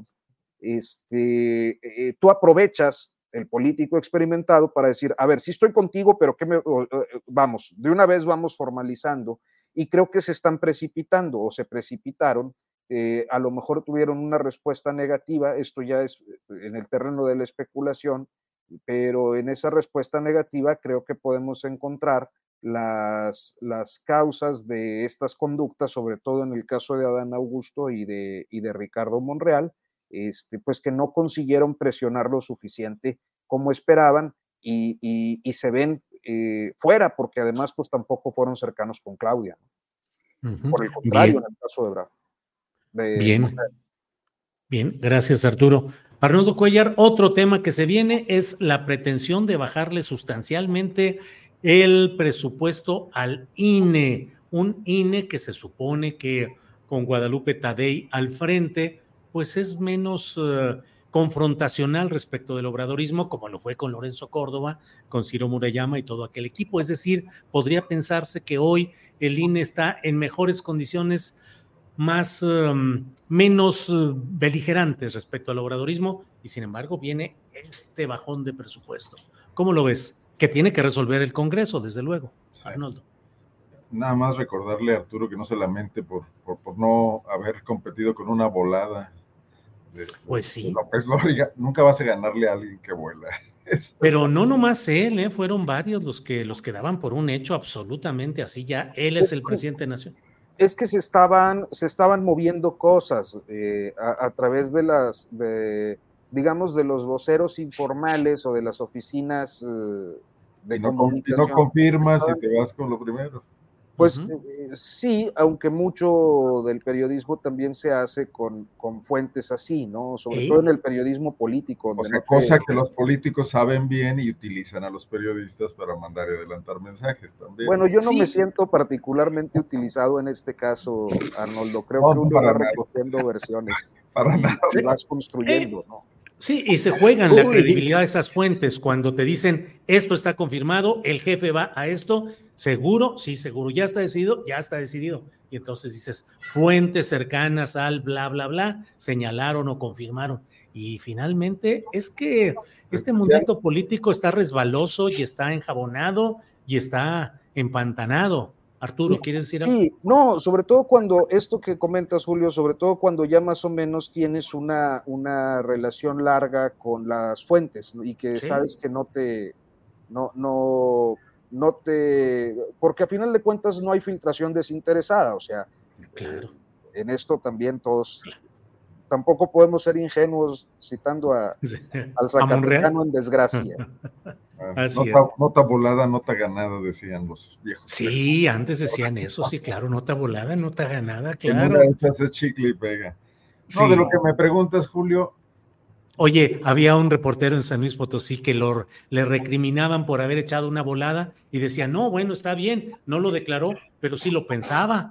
este, eh, tú aprovechas el político experimentado para decir, a ver, sí estoy contigo, pero ¿qué me, o, o, vamos, de una vez vamos formalizando, y creo que se están precipitando o se precipitaron, eh, a lo mejor tuvieron una respuesta negativa, esto ya es en el terreno de la especulación, pero en esa respuesta negativa creo que podemos encontrar las, las causas de estas conductas, sobre todo en el caso de Adán Augusto y de, y de Ricardo Monreal, este, pues que no consiguieron presionar lo suficiente como esperaban y, y, y se ven eh, fuera, porque además pues tampoco fueron cercanos con Claudia, ¿no? Ujú. Por el contrario, Bien, en el caso de Bravo. De bien, bien, gracias Arturo. Arnoldo Cuellar, otro tema que se viene es la pretensión de bajarle sustancialmente el presupuesto al I N E, un I N E que se supone que con Guadalupe Tadei al frente, pues es menos eh, confrontacional respecto del obradorismo, como lo fue con Lorenzo Córdoba, con Ciro Murayama y todo aquel equipo. Es decir, podría pensarse que hoy el I N E está en mejores condiciones, más, um, menos uh, beligerantes respecto al obradorismo, y sin embargo viene este bajón de presupuesto. ¿Cómo lo ves? Que tiene que resolver el Congreso, desde luego, Sí. Arnoldo. Nada más recordarle a Arturo que no se lamente por, por, por no haber competido con una volada de, de, Pues de sí, López Dóriga. Nunca vas a ganarle a alguien que vuela. Eso pero es- no nomás él, ¿eh? Fueron varios los que, los que daban por un hecho absolutamente así, ya él es Es el que, presidente de Nación. es que se estaban, se estaban moviendo cosas eh, a, a través de las, de, digamos, de los voceros informales o de las oficinas eh, de y, no, y no comunicación. confirmas y te vas con lo primero. Pues Ujú. eh, sí, aunque mucho del periodismo también se hace con, con fuentes así, ¿no? Sobre todo en ¿Eh? el periodismo político, O donde sea, no te... cosa que los políticos saben bien y utilizan a los periodistas para mandar y adelantar mensajes también. Bueno, yo no me Sí, siento particularmente utilizado en este caso, Arnoldo. Creo No, que no uno para va nada, recogiendo versiones para y, nada. y vas sí. construyendo, Eh, ¿no? Sí, y se juegan la Uy, credibilidad de esas fuentes cuando te dicen esto está confirmado, el jefe va a esto, seguro, sí, seguro, ya está decidido, ya está decidido. Y entonces dices, fuentes cercanas al bla, bla, bla, señalaron o confirmaron. Y finalmente es que este mundito político está resbaloso y está enjabonado y está empantanado. Arturo, ¿quieres decir algo? Sí, no, sobre todo cuando esto que comentas, Julio, sobre todo cuando ya más o menos tienes una, una relación larga con las fuentes, ¿no? Y que Sí, sabes que no te, no, no, no te, porque a final de cuentas no hay filtración desinteresada, o sea, eh, claro. en esto también todos, tampoco podemos ser ingenuos citando a, al ¿A Monreal? Zacatecano en desgracia. Así Nota, es. nota volada, nota ganada, decían los viejos. Sí, antes decían eso, sí, claro, nota volada, nota ganada, En una de claro. esas es chicle y pega. No, de lo Sí. que me preguntas, Julio, Oye, había un reportero en San Luis Potosí que lo, le recriminaban por haber echado una volada y decía, no, bueno, está bien, no lo declaró, pero sí lo pensaba.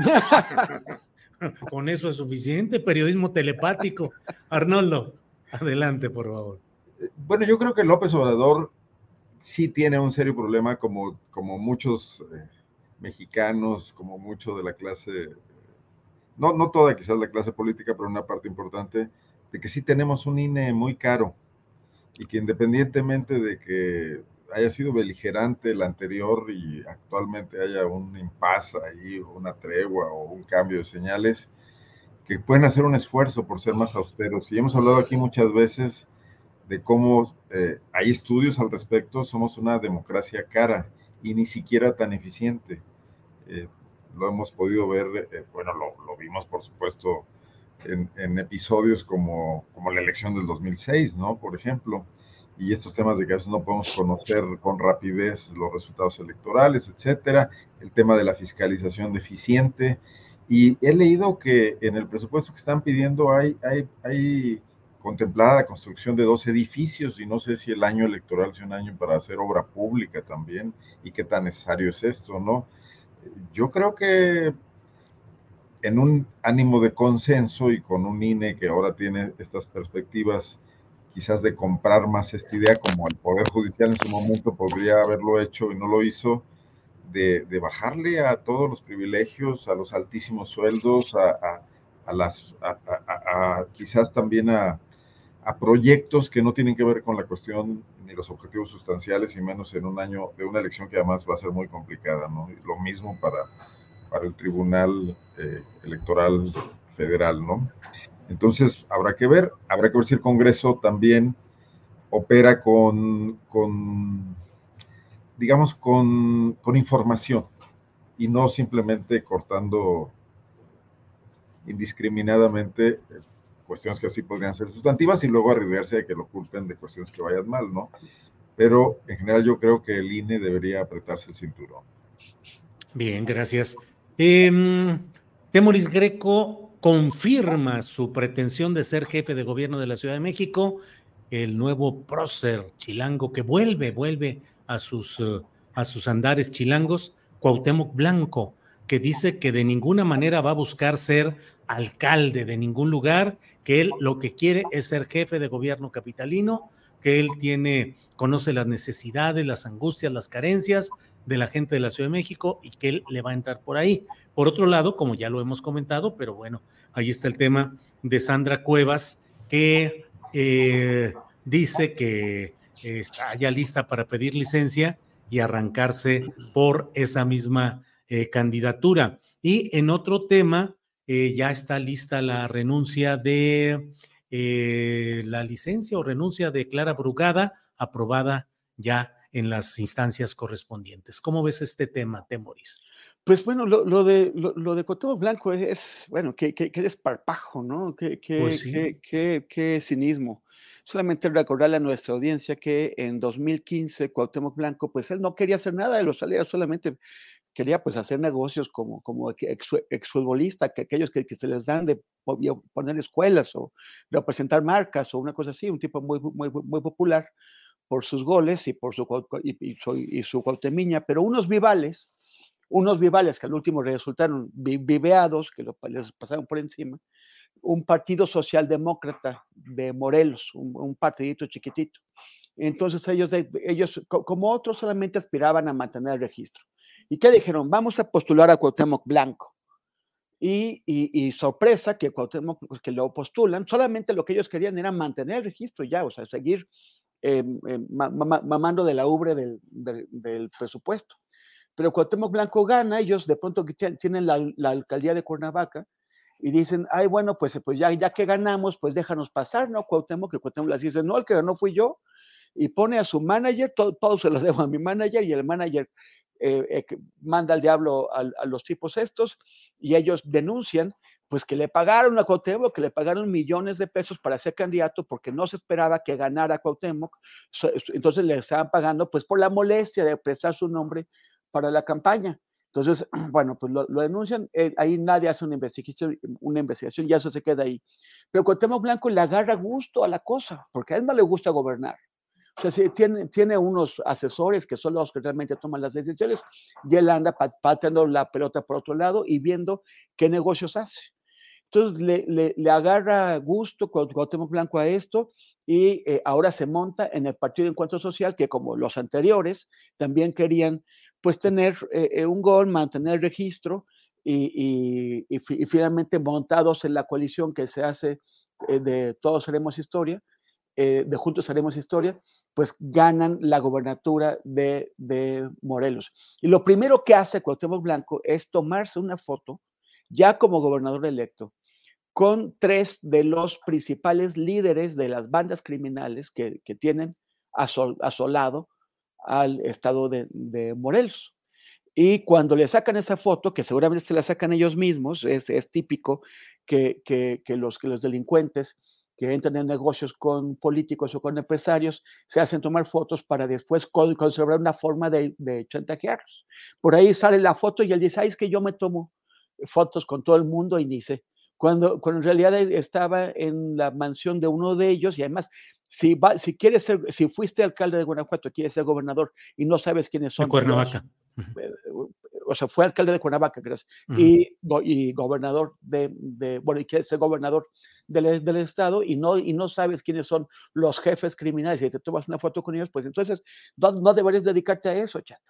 Con eso es suficiente, periodismo telepático. Arnoldo, adelante, por favor. bueno, yo creo que López Obrador sí tiene un serio problema como, como muchos eh, mexicanos, como mucho de la clase, no, no toda quizás la clase política, pero una parte importante, de que sí tenemos un I N E muy caro y que independientemente de que haya sido beligerante el anterior y actualmente haya un impasse ahí, una tregua o un cambio de señales, que pueden hacer un esfuerzo por ser más austeros. Y hemos hablado aquí muchas veces de cómo eh, hay estudios al respecto, somos una democracia cara y ni siquiera tan eficiente. Eh, lo hemos podido ver, eh, bueno, lo, lo vimos por supuesto en, en episodios como, como la elección del dos mil seis, ¿no? Por ejemplo, y estos temas de que a veces no podemos conocer con rapidez los resultados electorales, etcétera, el tema de la fiscalización deficiente, y he leído que en el presupuesto que están pidiendo hay, hay, hay contemplada la construcción de dos edificios, y no sé si el año electoral sea un año para hacer obra pública también, y qué tan necesario es esto, ¿no? Yo creo que en un ánimo de consenso y con un I N E que ahora tiene estas perspectivas quizás de comprar más esta idea, como el Poder Judicial en su momento podría haberlo hecho y no lo hizo, de, de bajarle a todos los privilegios, a los altísimos sueldos, a, a, a las, a, a, a quizás también a, a proyectos que no tienen que ver con la cuestión ni los objetivos sustanciales, y menos en un año de una elección que además va a ser muy complicada, ¿no? Y lo mismo para, para el Tribunal eh, Electoral Federal, ¿no? Entonces, habrá que ver, habrá que ver si el Congreso también opera con, con digamos, con, con información, y no simplemente cortando indiscriminadamente cuestiones que así podrían ser sustantivas y luego arriesgarse a que lo culpen de cuestiones que vayan mal, ¿no? Pero en general yo creo que el I N E debería apretarse el cinturón. Bien, gracias. Eh, Temoris Greco confirma su pretensión de ser jefe de gobierno de la Ciudad de México, el nuevo prócer chilango que vuelve, vuelve a sus, uh, a sus andares chilangos, Cuauhtémoc Blanco, que dice que de ninguna manera va a buscar ser alcalde de ningún lugar, que él lo que quiere es ser jefe de gobierno capitalino, que él tiene, conoce las necesidades, las angustias, las carencias de la gente de la Ciudad de México, y que él le va a entrar por ahí. Por otro lado, como ya lo hemos comentado, pero bueno, ahí está el tema de Sandra Cuevas, que eh, dice que eh, está ya lista para pedir licencia y arrancarse por esa misma eh, candidatura. Y en otro tema, eh, ya está lista la renuncia de eh, la licencia o renuncia de Clara Brugada, aprobada ya en las instancias correspondientes. ¿Cómo ves este tema, Temoris? Pues bueno, lo, lo de lo, lo de Cuauhtémoc Blanco es, es bueno, qué, qué, qué desparpajo, ¿no? Qué, qué, Pues sí. qué, qué, qué cinismo. Solamente recordarle a nuestra audiencia que en dos mil quince Cuauhtémoc Blanco, pues él no quería hacer nada de los salarios, solamente quería pues hacer negocios como, como ex, exfutbolista, que aquellos que, que se les dan de poner escuelas o representar marcas o una cosa así, un tipo muy, muy, muy popular por sus goles y por su, y, y su, y su cuautemiña, pero unos vivales, unos vivales que al último resultaron viveados, que lo, les pasaron por encima, un partido socialdemócrata de Morelos, un, un partidito chiquitito. Entonces ellos, ellos, como otros, solamente aspiraban a mantener el registro. ¿Y qué dijeron? Vamos a postular a Cuauhtémoc Blanco. Y, y, y sorpresa que Cuauhtémoc, que lo postulan, solamente lo que ellos querían era mantener el registro ya, o sea, seguir eh, eh, mamando de la ubre del, del, del presupuesto. Pero Cuauhtémoc Blanco gana, ellos de pronto tienen la, la alcaldía de Cuernavaca y dicen, ay, bueno, pues, pues ya, ya que ganamos, pues déjanos pasar, ¿no? Cuauhtémoc, que Cuauhtémoc les dice, no, el que ganó fui yo, y pone a su manager, todo, todo se lo debo a mi manager, y el manager eh, eh, manda al diablo a, a los tipos estos, y ellos denuncian, pues que le pagaron a Cuauhtémoc, que le pagaron millones de pesos para ser candidato, porque no se esperaba que ganara Cuauhtémoc, entonces le estaban pagando, pues por la molestia de prestar su nombre para la campaña. Entonces, bueno, pues lo, lo denuncian, eh, ahí nadie hace una investigación, una investigación, ya eso se queda ahí. Pero Cuauhtémoc Blanco le agarra gusto a la cosa, porque a él no le gusta gobernar. O sea, sí, tiene, tiene unos asesores que son los que realmente toman las decisiones, y él anda pateando la pelota por otro lado y viendo qué negocios hace. Entonces le, le, le agarra gusto Cuauhtémoc Blanco a esto, y eh, ahora se monta en el Partido de Encuentro Social, que como los anteriores, también querían pues tener eh, un gol, mantener registro, y, y, y, y finalmente montados en la coalición que se hace eh, de Todos Haremos Historia, eh, de Juntos Haremos Historia, pues ganan la gobernatura de, de Morelos. Y lo primero que hace Cuauhtémoc Blanco es tomarse una foto, ya como gobernador electo, con tres de los principales líderes de las bandas criminales que, que tienen asol, asolado al estado de, de Morelos. Y cuando le sacan esa foto, que seguramente se la sacan ellos mismos, es, es típico que, que, que, los, que los delincuentes que entran en negocios con políticos o con empresarios se hacen tomar fotos para después con, conservar una forma de, de chantajearlos. Por ahí sale la foto y él dice, ay, es que yo me tomo fotos con todo el mundo y dice, cuando, cuando en realidad estaba en la mansión de uno de ellos y además, si, va, si quieres ser, si fuiste alcalde de Guanajuato, quieres ser gobernador y no sabes quiénes son. De Cuernavaca. Los, o sea, fue alcalde de Cuernavaca, gracias, uh-huh. y, y gobernador de, de, bueno, y quiere ser gobernador del, del estado y no, y no sabes quiénes son los jefes criminales y te tomas una foto con ellos, pues entonces no, no deberías dedicarte a eso, chato.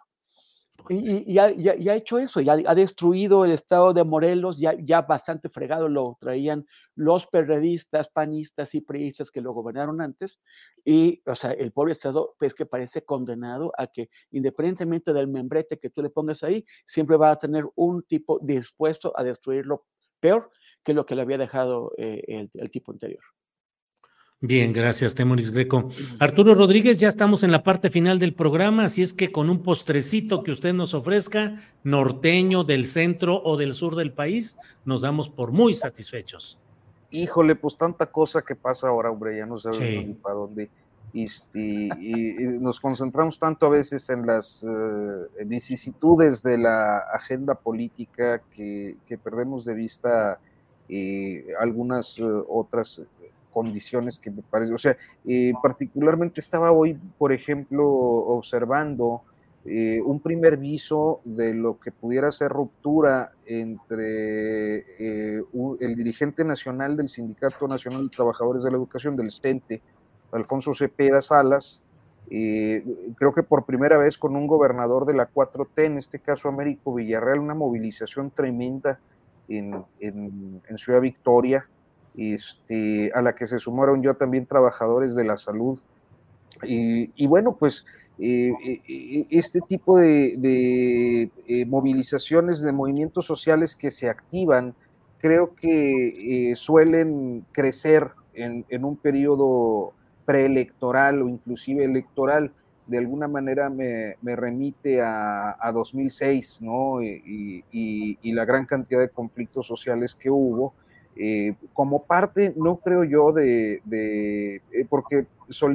Y, y, y, ha, y, ha, y ha hecho eso, ya ha destruido el estado de Morelos, ya, ya bastante fregado lo traían los perredistas, panistas y priistas que lo gobernaron antes, y, o sea, el pobre estado, pues que parece condenado a que, independientemente del membrete que tú le pongas ahí, siempre va a tener un tipo dispuesto a destruirlo peor que lo que le había dejado eh, el, el tipo anterior. Bien, gracias, Temoris Greco. Arturo Rodríguez, ya estamos en la parte final del programa, así es que con un postrecito que usted nos ofrezca, norteño, del centro o del sur del país, nos damos por muy satisfechos. Híjole, pues tanta cosa que pasa ahora, hombre, ya no sabemos sí. ni para dónde. Y, y, y nos concentramos tanto a veces en las uh, vicisitudes de la agenda política que, que perdemos de vista eh, algunas uh, otras condiciones que me parece, o sea, eh, particularmente estaba hoy, por ejemplo, observando eh, un primer viso de lo que pudiera ser ruptura entre eh, un, el dirigente nacional del Sindicato Nacional de Trabajadores de la Educación, del CENTE, Alfonso Cepeda Salas, eh, creo que por primera vez con un gobernador de la cuatro T, en este caso Américo Villarreal, una movilización tremenda en, en, en Ciudad Victoria, Este, a la que se sumaron ya también trabajadores de la salud. Y, y bueno, pues eh, eh, este tipo de, de eh, movilizaciones, de movimientos sociales que se activan, creo que eh, suelen crecer en, en un periodo preelectoral o inclusive electoral. De alguna manera me, me remite a, a dos mil seis, ¿no? Y, y, y la gran cantidad de conflictos sociales que hubo. Eh, como parte, no creo yo, de, de eh, porque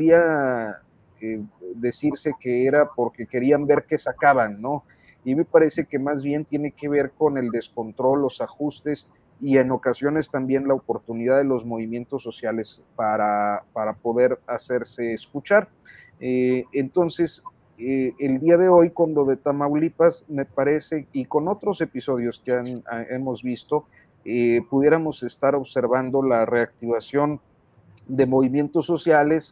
solía eh, decirse que era porque querían ver qué sacaban, ¿no? Y me parece que más bien tiene que ver con el descontrol, los ajustes y en ocasiones también la oportunidad de los movimientos sociales para, para poder hacerse escuchar. Eh, entonces, eh, el día de hoy, con lo de Tamaulipas, me parece, y con otros episodios que han, a, hemos visto, Eh, pudiéramos estar observando la reactivación de movimientos sociales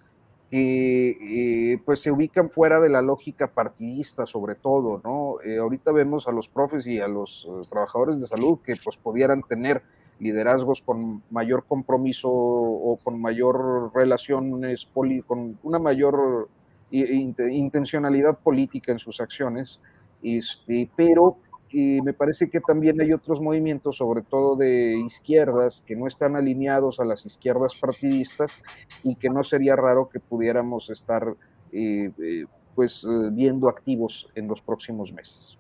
que eh, pues se ubican fuera de la lógica partidista, sobre todo, ¿no? Eh, ahorita vemos a los profes y a los uh, trabajadores de salud que pues pudieran tener liderazgos con mayor compromiso o con mayor relaciones, poli con una mayor int intencionalidad política en sus acciones, este, pero y me parece que también hay otros movimientos, sobre todo de izquierdas, que no están alineados a las izquierdas partidistas y que no sería raro que pudiéramos estar eh, eh, pues eh, viendo activos en los próximos meses.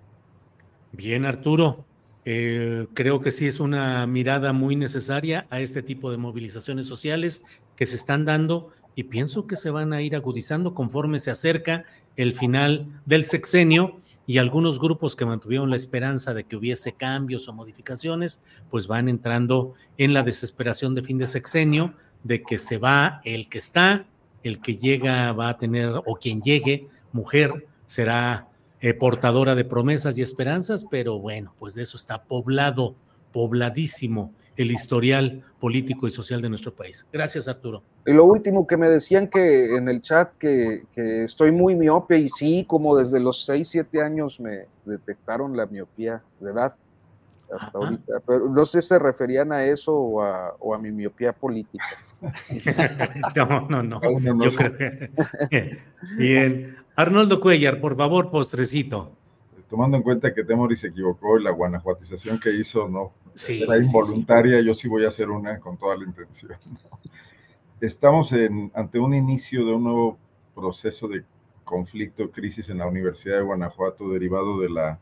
Bien, Arturo, eh, creo que sí es una mirada muy necesaria a este tipo de movilizaciones sociales que se están dando y pienso que se van a ir agudizando conforme se acerca el final del sexenio. Y algunos grupos que mantuvieron la esperanza de que hubiese cambios o modificaciones, pues van entrando en la desesperación de fin de sexenio, de que se va el que está, el que llega va a tener, o quien llegue, mujer, será eh, portadora de promesas y esperanzas, pero bueno, pues de eso está poblado, pobladísimo el historial político y social de nuestro país. Gracias, Arturo. Y lo último que me decían que en el chat que, que estoy muy miope y sí, como desde los seis, siete años me detectaron la miopía de edad hasta Ajá. ahorita, pero no sé si se referían a eso o a, o a mi miopía política. No, no, no, no yo creo que... Bien, Arnoldo Cuellar, por favor, postrecito. Tomando en cuenta que Temoris se equivocó y la guanajuatización que hizo no sí, era involuntaria, sí, sí. Yo sí voy a hacer una con toda la intención. Estamos en, ante un inicio de un nuevo proceso de conflicto, crisis en la Universidad de Guanajuato derivado de la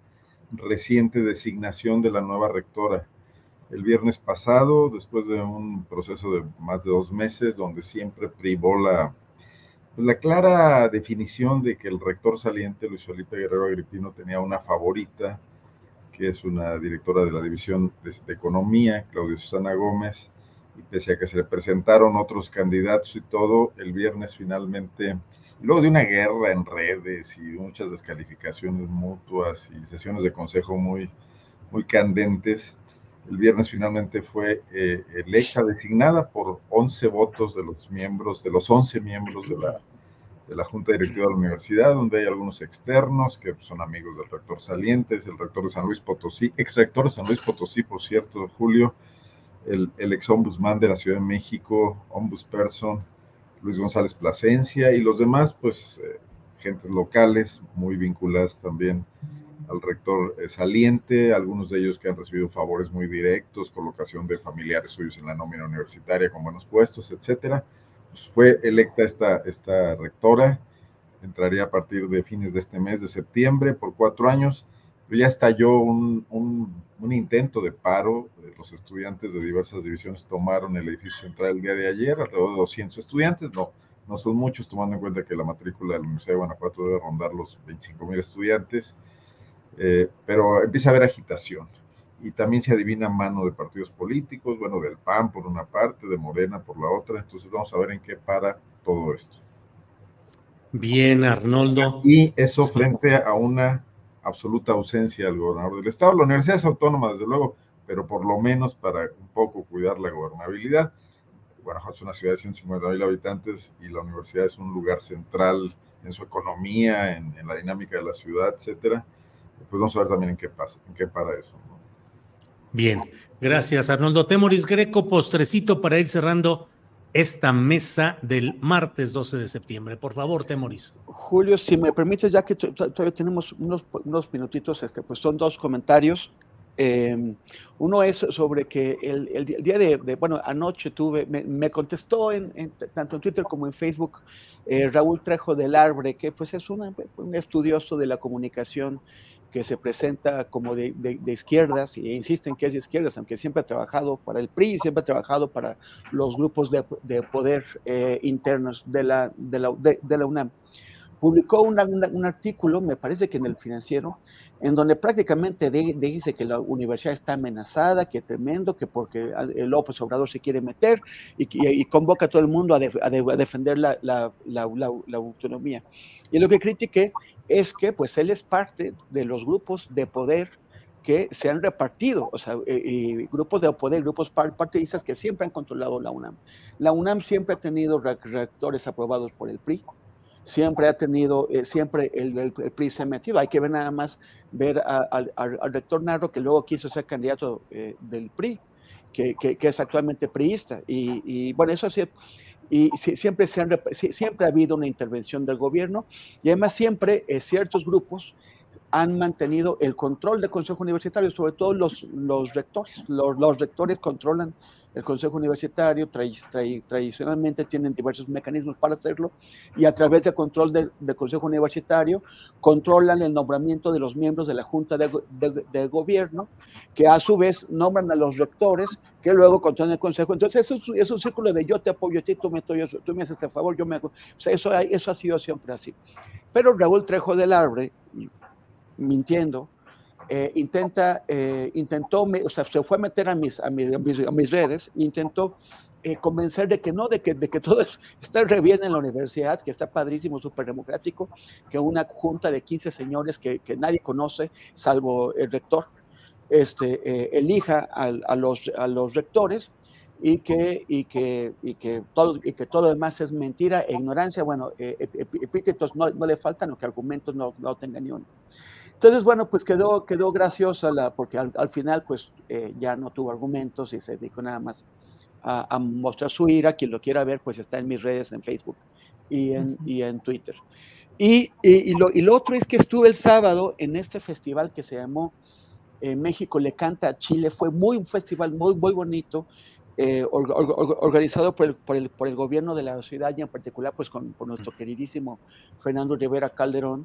reciente designación de la nueva rectora. El viernes pasado, después de un proceso de más de dos meses, donde siempre privó la, la clara definición de que el rector saliente, Luis Felipe Guerrero Agripino, tenía una favorita, que es una directora de la División de, de Economía, Claudia Susana Gómez, y pese a que se le presentaron otros candidatos y todo, el viernes finalmente, luego de una guerra en redes y muchas descalificaciones mutuas y sesiones de consejo muy, muy candentes, el viernes finalmente fue eh, electa, designada por once votos de los miembros, de los once miembros de la, de la Junta Directiva de la Universidad, donde hay algunos externos que son amigos del rector saliente, el rector de San Luis Potosí, ex rector de San Luis Potosí, por cierto, Julio, el, el ex ombudsman de la Ciudad de México, ombudsperson, Luis González Plasencia, y los demás, pues, eh, gentes locales, muy vinculadas también al rector eh, saliente, algunos de ellos que han recibido favores muy directos, colocación de familiares suyos en la nómina universitaria con buenos puestos, etcétera. Pues fue electa esta, esta rectora, entraría a partir de fines de este mes de septiembre por cuatro años, pero ya estalló un, un, un intento de paro. Los estudiantes de diversas divisiones tomaron el edificio central el día de ayer, alrededor de doscientos estudiantes, no, no son muchos, tomando en cuenta que la matrícula de la Universidad de Guanajuato debe rondar los veinticinco mil estudiantes, eh, pero empieza a haber agitación. Y también se adivina mano de partidos políticos, bueno, del P A N por una parte, de Morena por la otra, entonces vamos a ver en qué para todo esto. Bien, Arnoldo. Y eso frente a una absoluta ausencia del gobernador del estado. La universidad es autónoma, desde luego, pero por lo menos para un poco cuidar la gobernabilidad. Guanajuato es una ciudad de ciento cincuenta mil habitantes y la universidad es un lugar central en su economía, en, en la dinámica de la ciudad, etcétera. Pues vamos a ver también en qué pasa, en qué para eso, ¿no? Bien, gracias, Arnoldo. Temoris Greco, postrecito para ir cerrando esta mesa del martes doce de septiembre. Por favor, Temoris. Julio, si me permites, ya que todavía tenemos unos, unos minutitos, este, pues son dos comentarios. Eh, uno es sobre que el, el día de, de, bueno, anoche tuve, me, me contestó en, en, tanto en Twitter como en Facebook, eh, Raúl Trejo del Arbre, que pues es una, un estudioso de la comunicación que se presenta como de, de, de izquierdas, e insiste en que es de izquierdas, aunque siempre ha trabajado para el P R I, siempre ha trabajado para los grupos de, de poder eh, internos de la, de, la, de, de la UNAM. Publicó una, una, un artículo, me parece que en el Financiero, en donde prácticamente de, de dice que la universidad está amenazada, que tremendo, que porque el López Obrador se quiere meter y, y, y convoca a todo el mundo a, de, a, de, a defender la, la, la, la, la autonomía. Y lo que critiqué es que pues él es parte de los grupos de poder que se han repartido, o sea, eh, eh, grupos de poder, grupos partidistas que siempre han controlado la UNAM. La UNAM siempre ha tenido rectores aprobados por el P R I, siempre ha tenido, eh, siempre el, el, el P R I se ha metido. Hay que ver nada más, ver al rector Narro, que luego quiso ser candidato eh, del P R I, que, que, que es actualmente priista. Y, y bueno, eso sí, y siempre, se han, siempre ha habido una intervención del gobierno, y además siempre eh, ciertos grupos han mantenido el control del Consejo Universitario, sobre todo los, los rectores. Los, los rectores controlan el Consejo Universitario, tra, tra, tradicionalmente tienen diversos mecanismos para hacerlo, y a través del control del, del Consejo Universitario controlan el nombramiento de los miembros de la Junta de, de, de Gobierno, que a su vez nombran a los rectores, que luego controlan el Consejo. Entonces eso es, es un círculo de yo te apoyo a ti, tú me, tú me haces el favor, yo me hago. O sea, eso, eso ha sido siempre así. Pero Raúl Trejo del Arbre, mintiendo, eh, intenta, eh, intentó, o sea, se fue a meter a mis, a mis, a mis, a mis redes, intentó eh, convencer de que no, de que, de que todo está re bien en la universidad, que está padrísimo, súper democrático, que una junta de quince señores que, que nadie conoce, salvo el rector, este, eh, elija a, a, los, a los rectores, y que, y que, y que, todo, y que todo lo demás es mentira e ignorancia. Bueno, eh, epítetos no, no le faltan, o que argumentos no, no tengan ni uno. Entonces, bueno, pues quedó, quedó graciosa, la, porque al, al final pues eh, ya no tuvo argumentos y se dedicó nada más a, a mostrar su ira. Quien lo quiera ver, pues está en mis redes, en Facebook y en, uh-huh. y en Twitter. Y, y, y, lo, y lo otro es que estuve el sábado en este festival que se llamó eh, México le canta a Chile. Fue muy, un festival muy, muy bonito, eh, or, or, organizado por el, por, el, por el gobierno de la ciudad, y en particular pues con, por nuestro queridísimo Fernando Rivera Calderón.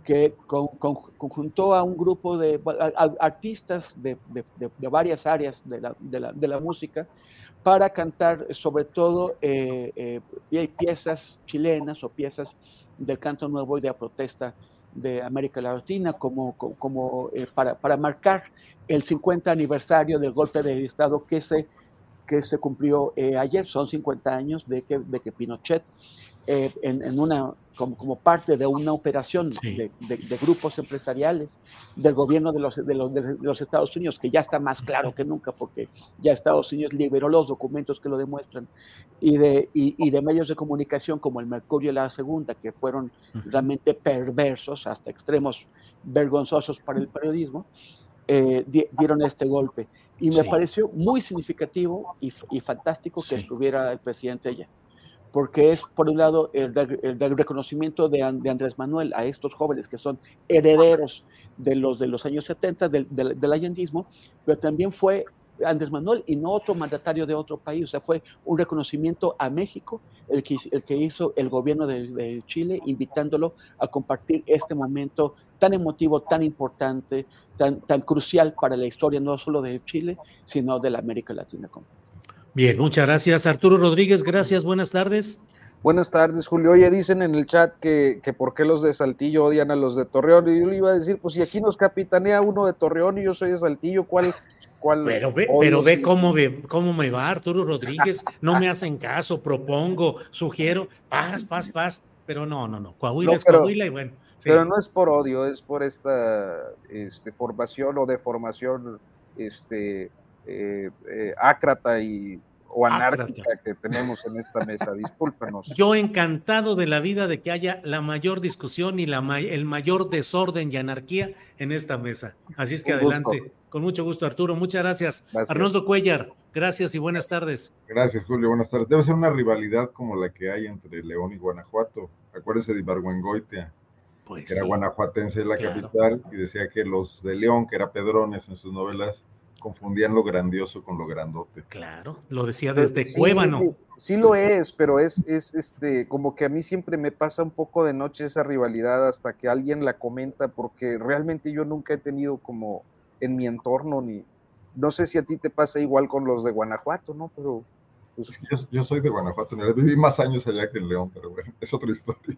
que con, con, conjuntó a un grupo de a, a artistas de, de, de, de varias áreas de la, de, la, de la música para cantar sobre todo eh, eh, piezas chilenas o piezas del canto nuevo y de la protesta de América Latina, como, como, como eh, para, para marcar el cincuenta aniversario del golpe de Estado que se, que se cumplió eh, ayer. Son cincuenta años de que, de que Pinochet, eh, en, en una, como, como parte de una operación sí. de, de, de grupos empresariales del gobierno de los, de, los, de los Estados Unidos, que ya está más claro que nunca, porque ya Estados Unidos liberó los documentos que lo demuestran, y de, y, y de medios de comunicación como el Mercurio y la Segunda, que fueron uh-huh. realmente perversos, hasta extremos vergonzosos para el periodismo, eh, di, dieron este golpe. Y me sí. pareció muy significativo y, y fantástico sí. que estuviera el presidente allá, porque es, por un lado, el, el, el reconocimiento de, de Andrés Manuel a estos jóvenes que son herederos de los, de los años setenta, del, del, del allendismo, pero también fue Andrés Manuel y no otro mandatario de otro país. O sea, fue un reconocimiento a México, el que, el que hizo el gobierno de, de Chile, invitándolo a compartir este momento tan emotivo, tan importante, tan, tan crucial para la historia no solo de Chile, sino de la América Latina completa. Bien, muchas gracias. Arturo Rodríguez, gracias, buenas tardes. Buenas tardes, Julio. Oye, dicen en el chat que, que por qué los de Saltillo odian a los de Torreón, y yo le iba a decir, pues si aquí nos capitanea uno de Torreón y yo soy de Saltillo, ¿cuál? cuál pero ve, pero ve cómo, ve cómo me va Arturo Rodríguez, no me hacen caso, propongo, sugiero, paz, paz, paz, pero no, no, no, Coahuila no, es pero, Coahuila y bueno. Sí. Pero no es por odio, es por esta este, formación o deformación este, eh, eh, ácrata y o anárquica ácrata. que tenemos en esta mesa, discúlpenos. Yo encantado de la vida de que haya la mayor discusión y la ma el mayor desorden y anarquía en esta mesa. Así es que Un adelante, gusto. Con mucho gusto, Arturo, muchas gracias. gracias. Arnoldo Cuellar, gracias y buenas tardes. Gracias, Julio, buenas tardes. Debe ser una rivalidad como la que hay entre León y Guanajuato. Acuérdese de Ibargüengoitia, pues que sí. era guanajuatense la claro. capital, y decía que los de León, que era Pedrones en sus novelas, confundían lo grandioso con lo grandote. Claro, lo decía desde sí, Cuébano. Sí, sí lo es, pero es, es este, como que a mí siempre me pasa un poco de noche esa rivalidad hasta que alguien la comenta, porque realmente yo nunca he tenido como en mi entorno, ni no sé si a ti te pasa igual con los de Guanajuato, ¿no? Pero pues, es que yo, yo soy de Guanajuato, viví más años allá que en León, pero bueno, es otra historia.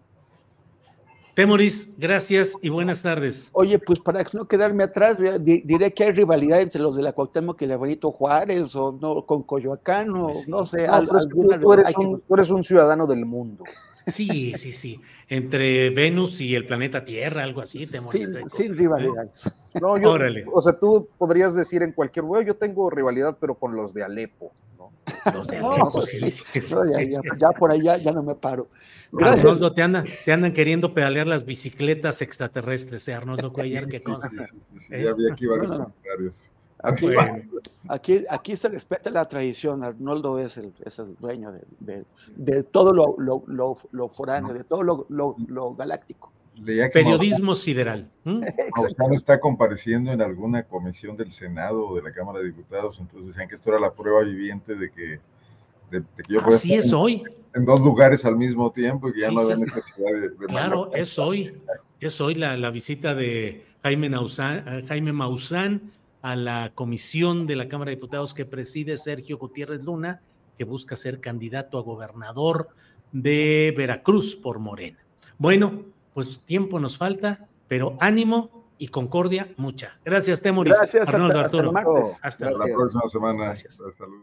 Temoris, gracias y buenas tardes. Oye, pues para no quedarme atrás, diré que hay rivalidad entre los de la Cuauhtémoc y el Benito Juárez, o no, con Coyoacán, o sí. no sé. No, al, es que tú, eres un, que... tú eres un ciudadano del mundo. Sí, sí, sí. Entre Venus y el planeta Tierra, algo así, Temoris. Sin, sin rivalidad. ¿Eh? No, yo, Órale. O sea, tú podrías decir en cualquier lugar, yo tengo rivalidad, pero con los de Alepo. ¿no? Los de Alepo, no, sí, sí, sí. No, ya, ya, ya por ahí ya, ya no me paro. Gracias. Arnoldo, te andan, te andan queriendo pedalear las bicicletas extraterrestres, ¿eh? Arnoldo Cuellar, que consta. Sí, sí, sí, ¿Eh? Ya vi aquí varios no, no. comentarios. Aquí, bueno. aquí, aquí se respeta la tradición. Arnoldo es el, es el dueño de, de, de todo lo, lo, lo, lo foráneo, de todo lo, lo, lo galáctico. Periodismo Maussan, sideral. ¿Mm? Maussan está compareciendo en alguna comisión del Senado o de la Cámara de Diputados, entonces decían que esto era la prueba viviente de que, de, de que yo podía Así es en, hoy. en dos lugares al mismo tiempo y que ya sí, no había sí. necesidad de... de claro, es hoy. Es hoy la, la visita de Jaime Maussan, Jaime Maussan a la comisión de la Cámara de Diputados que preside Sergio Gutiérrez Luna, que busca ser candidato a gobernador de Veracruz por Morena. Bueno, pues tiempo nos falta, pero ánimo y concordia mucha. Gracias, Temoris. Gracias, Arnoldo, hasta, Arturo. Hasta, hasta la próxima semana. Gracias.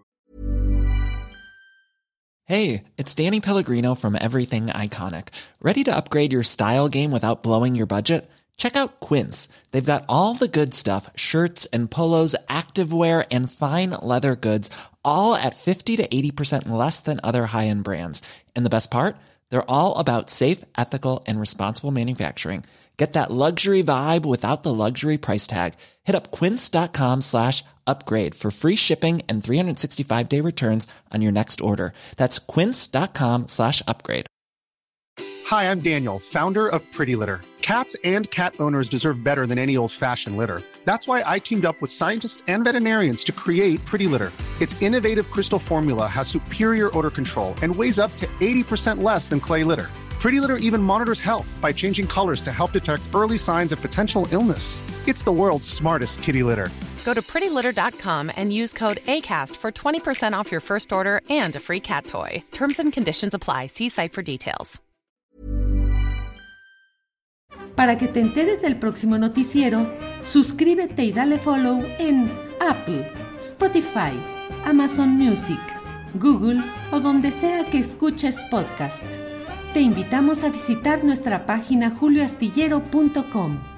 Hey, it's Danny Pellegrino from Everything Iconic. Ready to upgrade your style game without blowing your budget? Check out Quince. They've got all the good stuff, shirts and polos, activewear, and fine leather goods, all at fifty to eighty percent less than other high-end brands. And the best part? They're all about safe, ethical, and responsible manufacturing. Get that luxury vibe without the luxury price tag. Hit up quince.com slash upgrade for free shipping and three sixty-five day returns on your next order. That's quince.com slash upgrade. Hi, I'm Daniel, founder of Pretty Litter. Cats and cat owners deserve better than any old-fashioned litter. That's why I teamed up with scientists and veterinarians to create Pretty Litter. Its innovative crystal formula has superior odor control and weighs up to eighty percent less than clay litter. Pretty Litter even monitors health by changing colors to help detect early signs of potential illness. It's the world's smartest kitty litter. Go to pretty litter dot com and use code ACAST for twenty percent off your first order and a free cat toy. Terms and conditions apply. See site for details. Para que te enteres del próximo noticiero, suscríbete y dale follow en Apple, Spotify, Amazon Music, Google o donde sea que escuches podcast. Te invitamos a visitar nuestra página julio astillero punto com.